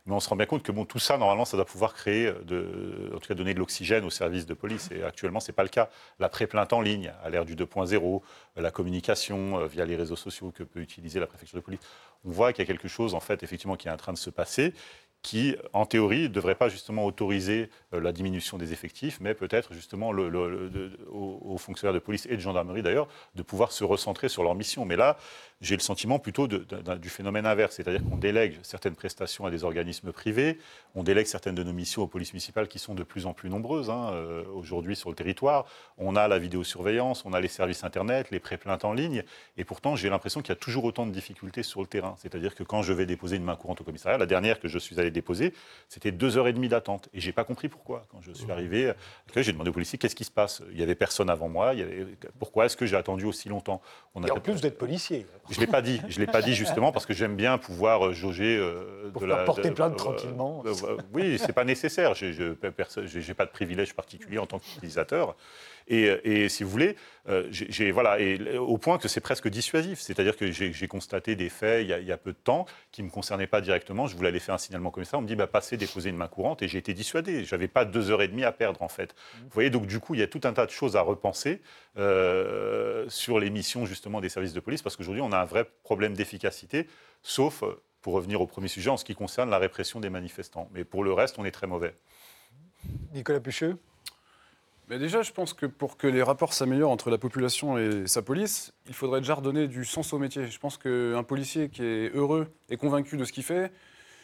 Mais on se rend bien compte que tout ça, normalement, ça doit pouvoir créer, en tout cas donner de l'oxygène au service de police. Et actuellement, ce n'est pas le cas. La pré-plainte en ligne, à l'ère du 2.0, la communication via les réseaux sociaux que peut utiliser la préfecture de police, on voit qu'il y a quelque chose, en fait, effectivement, qui est en train de se passer, qui, en théorie, ne devrait pas justement autoriser la diminution des effectifs, mais peut-être justement aux fonctionnaires de police et de gendarmerie d'ailleurs, de pouvoir se recentrer sur leur mission. Mais là, j'ai le sentiment plutôt du phénomène inverse, c'est-à-dire qu'on délègue certaines prestations à des organismes privés, on délègue certaines de nos missions aux polices municipales qui sont de plus en plus nombreuses aujourd'hui sur le territoire. On a la vidéosurveillance, on a les services Internet, les pré-plaintes en ligne, et pourtant j'ai l'impression qu'il y a toujours autant de difficultés sur le terrain. C'est-à-dire que quand je vais déposer une main courante au commissariat, la dernière que je suis allé déposer, c'était 2h30 d'attente. Et je n'ai pas compris pourquoi. Quand je suis arrivé, j'ai demandé aux policiers qu'est-ce qui se passe. Il n'y avait personne avant moi. Pourquoi est-ce que j'ai attendu aussi longtemps? Et en plus d'être policier. Je ne l'ai pas dit. Je l'ai pas dit justement parce que j'aime bien pouvoir jauger porter plainte tranquillement. Oui, ce n'est pas nécessaire. Je n'ai pas de privilège particulier en tant qu'utilisateur. Et si vous voulez, au point que c'est presque dissuasif. C'est-à-dire que j'ai constaté des faits il y a peu de temps qui ne me concernaient pas directement. Je voulais aller faire un signalement commissaire. On me dit passez, déposez une main courante. Et j'ai été dissuadé. Je n'avais pas 2h30 à perdre, en fait. Vous voyez, donc du coup, il y a tout un tas de choses à repenser sur les missions, justement, des services de police. Parce qu'aujourd'hui, on a un vrai problème d'efficacité, sauf, pour revenir au premier sujet, en ce qui concerne la répression des manifestants. Mais pour le reste, on est très mauvais. Nicolas Pucheux? Mais déjà, je pense que pour que les rapports s'améliorent entre la population et sa police, il faudrait déjà redonner du sens au métier. Je pense qu'un policier qui est heureux et convaincu de ce qu'il fait,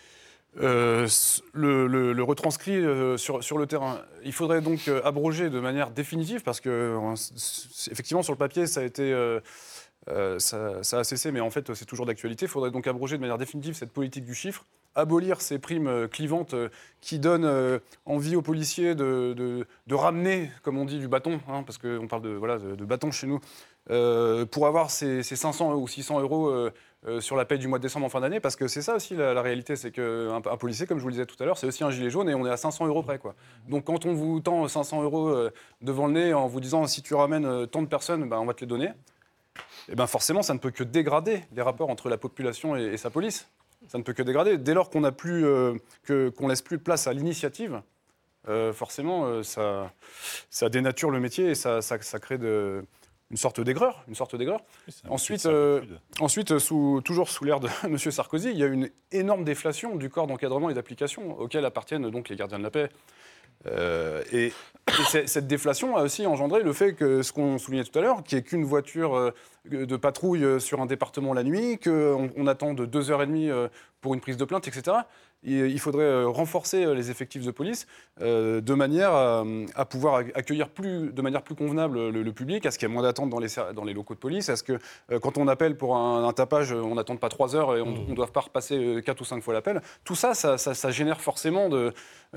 le retranscrit sur le terrain. Il faudrait donc abroger de manière définitive, parce que effectivement sur le papier ça a été ça a cessé, mais en fait c'est toujours d'actualité. Il faudrait donc abroger de manière définitive cette politique du chiffre, abolir ces primes clivantes qui donnent envie aux policiers de ramener, comme on dit, du bâton, parce qu'on parle de bâton chez nous, pour avoir ces 500 ou 600 euros sur la paye du mois de décembre en fin d'année, parce que c'est ça aussi la réalité, c'est qu'un policier, comme je vous le disais tout à l'heure, c'est aussi un gilet jaune et on est à 500 euros près, quoi. Donc quand on vous tend 500 euros devant le nez en vous disant si tu ramènes tant de personnes, on va te les donner, et forcément ça ne peut que dégrader les rapports entre la population et sa police. Ça ne peut que dégrader. Dès lors qu'on qu'on laisse plus de place à l'initiative, forcément ça dénature le métier et ça crée une sorte d'aigreur. Ensuite, toujours sous l'ère de M. Sarkozy, il y a une énorme déflation du corps d'encadrement et d'application auquel appartiennent donc les gardiens de la paix. Et cette déflation a aussi engendré le fait que, ce qu'on soulignait tout à l'heure, qu'il n'y ait qu'une voiture de patrouille sur un département la nuit, qu'on attend de 2h30 pour une prise de plainte, etc. Il faudrait renforcer les effectifs de police de manière à pouvoir accueillir de manière plus convenable le public, à ce qu'il y ait moins d'attente dans les locaux de police, à ce que quand on appelle pour un tapage, on n'attende pas 3 heures et on ne doit pas repasser 4 ou 5 fois l'appel. Tout ça génère forcément de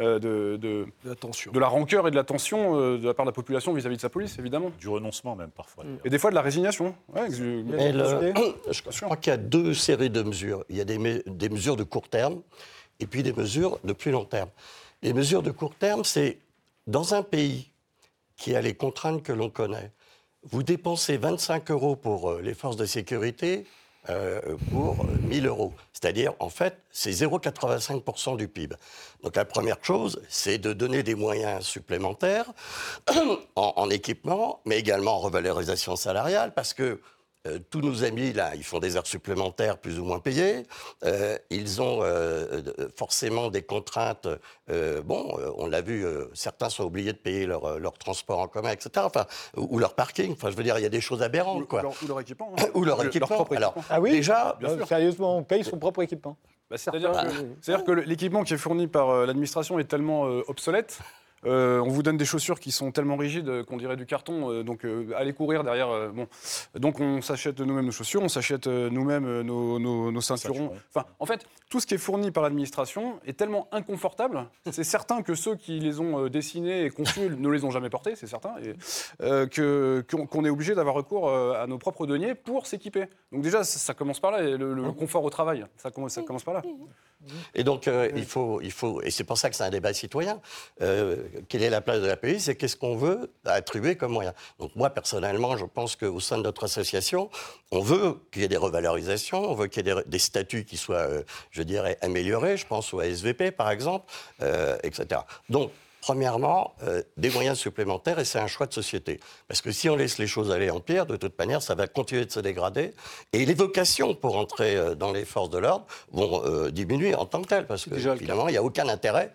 la rancœur et de la tension de la part de la population vis-à-vis de sa police, évidemment. Du renoncement même, parfois. Et des fois de la résignation. Ouais, je crois qu'il y a 2 séries de mesures. Il y a des mesures de court terme et puis des mesures de plus long terme. Les mesures de court terme, c'est dans un pays qui a les contraintes que l'on connaît, vous dépensez 25 € pour les forces de sécurité pour 1 000 €. C'est-à-dire, en fait, c'est 0,85% du PIB. Donc la première chose, c'est de donner des moyens supplémentaires en équipement, mais également en revalorisation salariale, parce que tous nos amis, là, ils font des heures supplémentaires plus ou moins payées. Ils ont forcément des contraintes. On l'a vu, certains sont obligés de payer leur transport en commun, etc. Ou leur parking. Enfin, je veux dire, il y a des choses aberrantes, quoi. Ou leur équipement. Ou leur équipement. Leur propre équipement. Ah oui, déjà, sérieusement, on paye son propre équipement. C'est-à-dire que l'équipement qui est fourni par l'administration est tellement obsolète. On vous donne des chaussures qui sont tellement rigides qu'on dirait du carton, donc allez courir derrière. Donc on s'achète nous-mêmes nos chaussures, on s'achète nous-mêmes nos ceinturons. Enfin, en fait, tout ce qui est fourni par l'administration est tellement inconfortable. C'est certain que ceux qui les ont dessinés et conçus ne les ont jamais portés, c'est certain, et qu'on est obligé d'avoir recours à nos propres deniers pour s'équiper. Donc déjà, ça commence par là, le confort au travail, ça commence par là. Et donc, il faut, et c'est pour ça que c'est un débat citoyen, quelle est la place de la police et qu'est-ce qu'on veut attribuer comme moyen. Donc moi, personnellement, je pense qu'au sein de notre association, on veut qu'il y ait des revalorisations, on veut qu'il y ait des statuts qui soient, je dirais, améliorés, je pense au ASVP par exemple, etc. Donc, premièrement, des moyens supplémentaires, et c'est un choix de société. Parce que si on laisse les choses aller en pire, de toute manière, ça va continuer de se dégrader. Et les vocations pour entrer dans les forces de l'ordre vont diminuer en tant que telles, parce que finalement, il n'y a aucun intérêt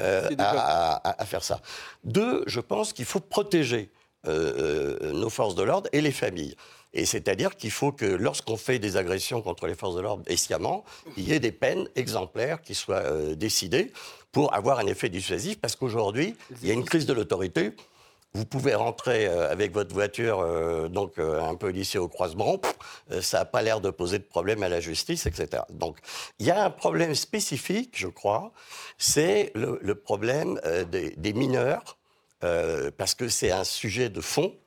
à faire ça. 2, je pense qu'il faut protéger nos forces de l'ordre et les familles. Et c'est-à-dire qu'il faut que lorsqu'on fait des agressions contre les forces de l'ordre et sciemment, il y ait des peines exemplaires qui soient décidées pour avoir un effet dissuasif, parce qu'aujourd'hui, il y a une crise de l'autorité. Vous pouvez rentrer avec votre voiture, un policier au croisement, ça n'a pas l'air de poser de problème à la justice, etc. Donc, il y a un problème spécifique, je crois, c'est le problème des mineurs, parce que c'est un sujet de fond.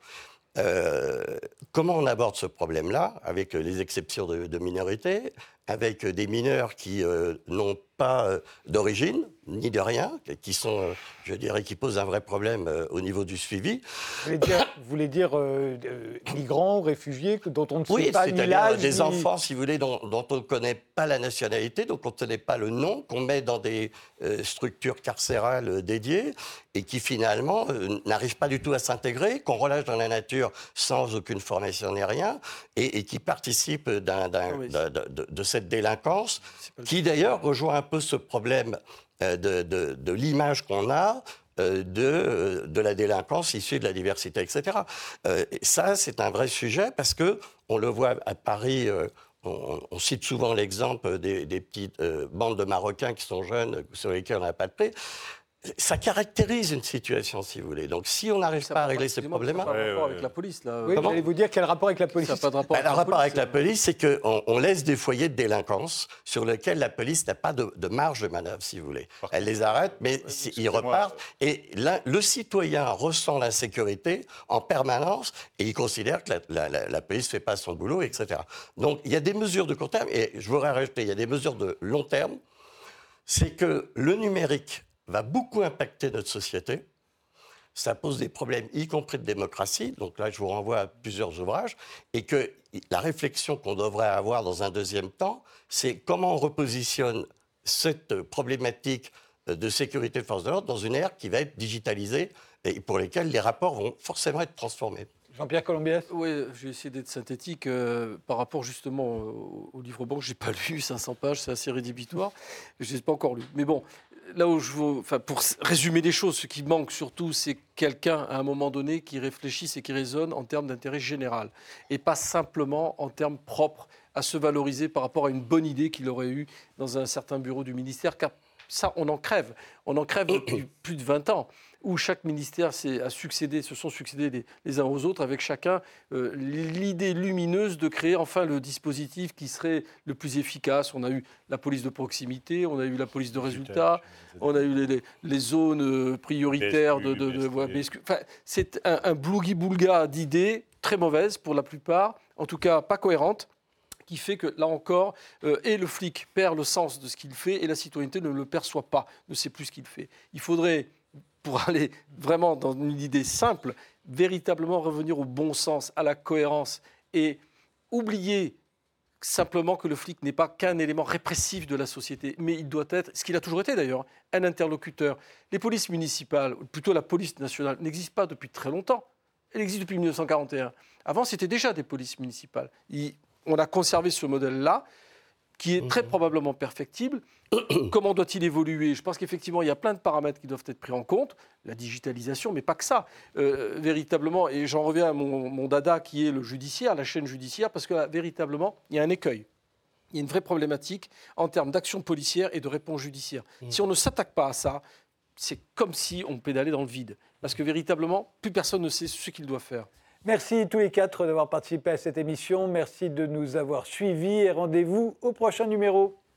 Comment on aborde ce problème-là, avec les exceptions de minorité, avec des mineurs qui n'ont pas d'origine, ni de rien, qui sont, je dirais, qui posent un vrai problème au niveau du suivi. Vous voulez dire migrants, réfugiés, dont on ne sait pas ni l'âge, des enfants, si vous voulez, dont on ne connaît pas la nationalité, dont on ne connaît pas le nom, qu'on met dans des structures carcérales dédiées, et qui finalement n'arrivent pas du tout à s'intégrer, qu'on relâche dans la nature sans aucune formation ni rien, et qui participent de cette délinquance, qui d'ailleurs rejoint un peu ce problème de l'image qu'on a de la délinquance issue de la diversité, etc. Ça, c'est un vrai sujet parce qu'on le voit à Paris, on cite souvent l'exemple des petites bandes de Marocains qui sont jeunes, sur lesquels on n'a pas de paix. Ça caractérise une situation, si vous voulez. Donc, si on n'arrive pas à régler ces problèmes-là... Ça n'a pas de rapport avec la police, là. Oui, j'allais vous dire quel rapport avec la police. Ça n'a pas de rapport le rapport avec la police, c'est qu'on laisse des foyers de délinquance sur lesquels la police n'a pas de marge de manœuvre, si vous voulez. Elle les arrête, mais ils repartent. Et là, le citoyen ressent l'insécurité en permanence et il considère que la police ne fait pas son boulot, etc. Donc, il y a des mesures de court terme. Et je voudrais rajouter, il y a des mesures de long terme. C'est que le numérique va beaucoup impacter notre société. Ça pose des problèmes, y compris de démocratie. Donc là, je vous renvoie à plusieurs ouvrages. Et que la réflexion qu'on devrait avoir dans un deuxième temps, c'est comment on repositionne cette problématique de sécurité de force de l'ordre dans une ère qui va être digitalisée et pour laquelle les rapports vont forcément être transformés. Jean-Pierre Colombiès ? Oui, je vais essayer d'être synthétique par rapport justement au livre blanc que je n'ai pas lu, 500 pages, c'est assez rédhibitoire. Je ne l'ai pas encore lu. Mais bon, là où pour résumer les choses, ce qui manque surtout, c'est quelqu'un à un moment donné qui réfléchisse et qui raisonne en termes d'intérêt général et pas simplement en termes propres à se valoriser par rapport à une bonne idée qu'il aurait eue dans un certain bureau du ministère, car ça, on en crève. On en crève depuis plus de 20 ans, où chaque ministère se sont succédés les uns aux autres, avec chacun l'idée lumineuse de créer enfin le dispositif qui serait le plus efficace. On a eu la police de proximité, on a eu la police de résultat, on a eu les zones prioritaires Enfin, c'est un boulgui-boulga d'idées très mauvaises pour la plupart, en tout cas pas cohérentes, qui fait que, là encore, et le flic perd le sens de ce qu'il fait et la citoyenneté ne le perçoit pas, ne sait plus ce qu'il fait. Il faudrait, pour aller vraiment dans une idée simple, véritablement revenir au bon sens, à la cohérence et oublier simplement que le flic n'est pas qu'un élément répressif de la société, mais il doit être, ce qu'il a toujours été d'ailleurs, un interlocuteur. Les polices municipales, ou plutôt la police nationale, n'existent pas depuis très longtemps. Elle existe depuis 1941. Avant, c'était déjà des polices municipales. On a conservé ce modèle-là, qui est très probablement perfectible. Comment doit-il évoluer ? Je pense qu'effectivement, il y a plein de paramètres qui doivent être pris en compte. La digitalisation, mais pas que ça. Véritablement, et j'en reviens à mon dada qui est le judiciaire, la chaîne judiciaire, parce que là, véritablement, il y a un écueil. Il y a une vraie problématique en termes d'action policière et de réponse judiciaire. Si on ne s'attaque pas à ça, c'est comme si on pédalait dans le vide. Parce que véritablement, plus personne ne sait ce qu'il doit faire. Merci tous les quatre d'avoir participé à cette émission. Merci de nous avoir suivis et rendez-vous au prochain numéro.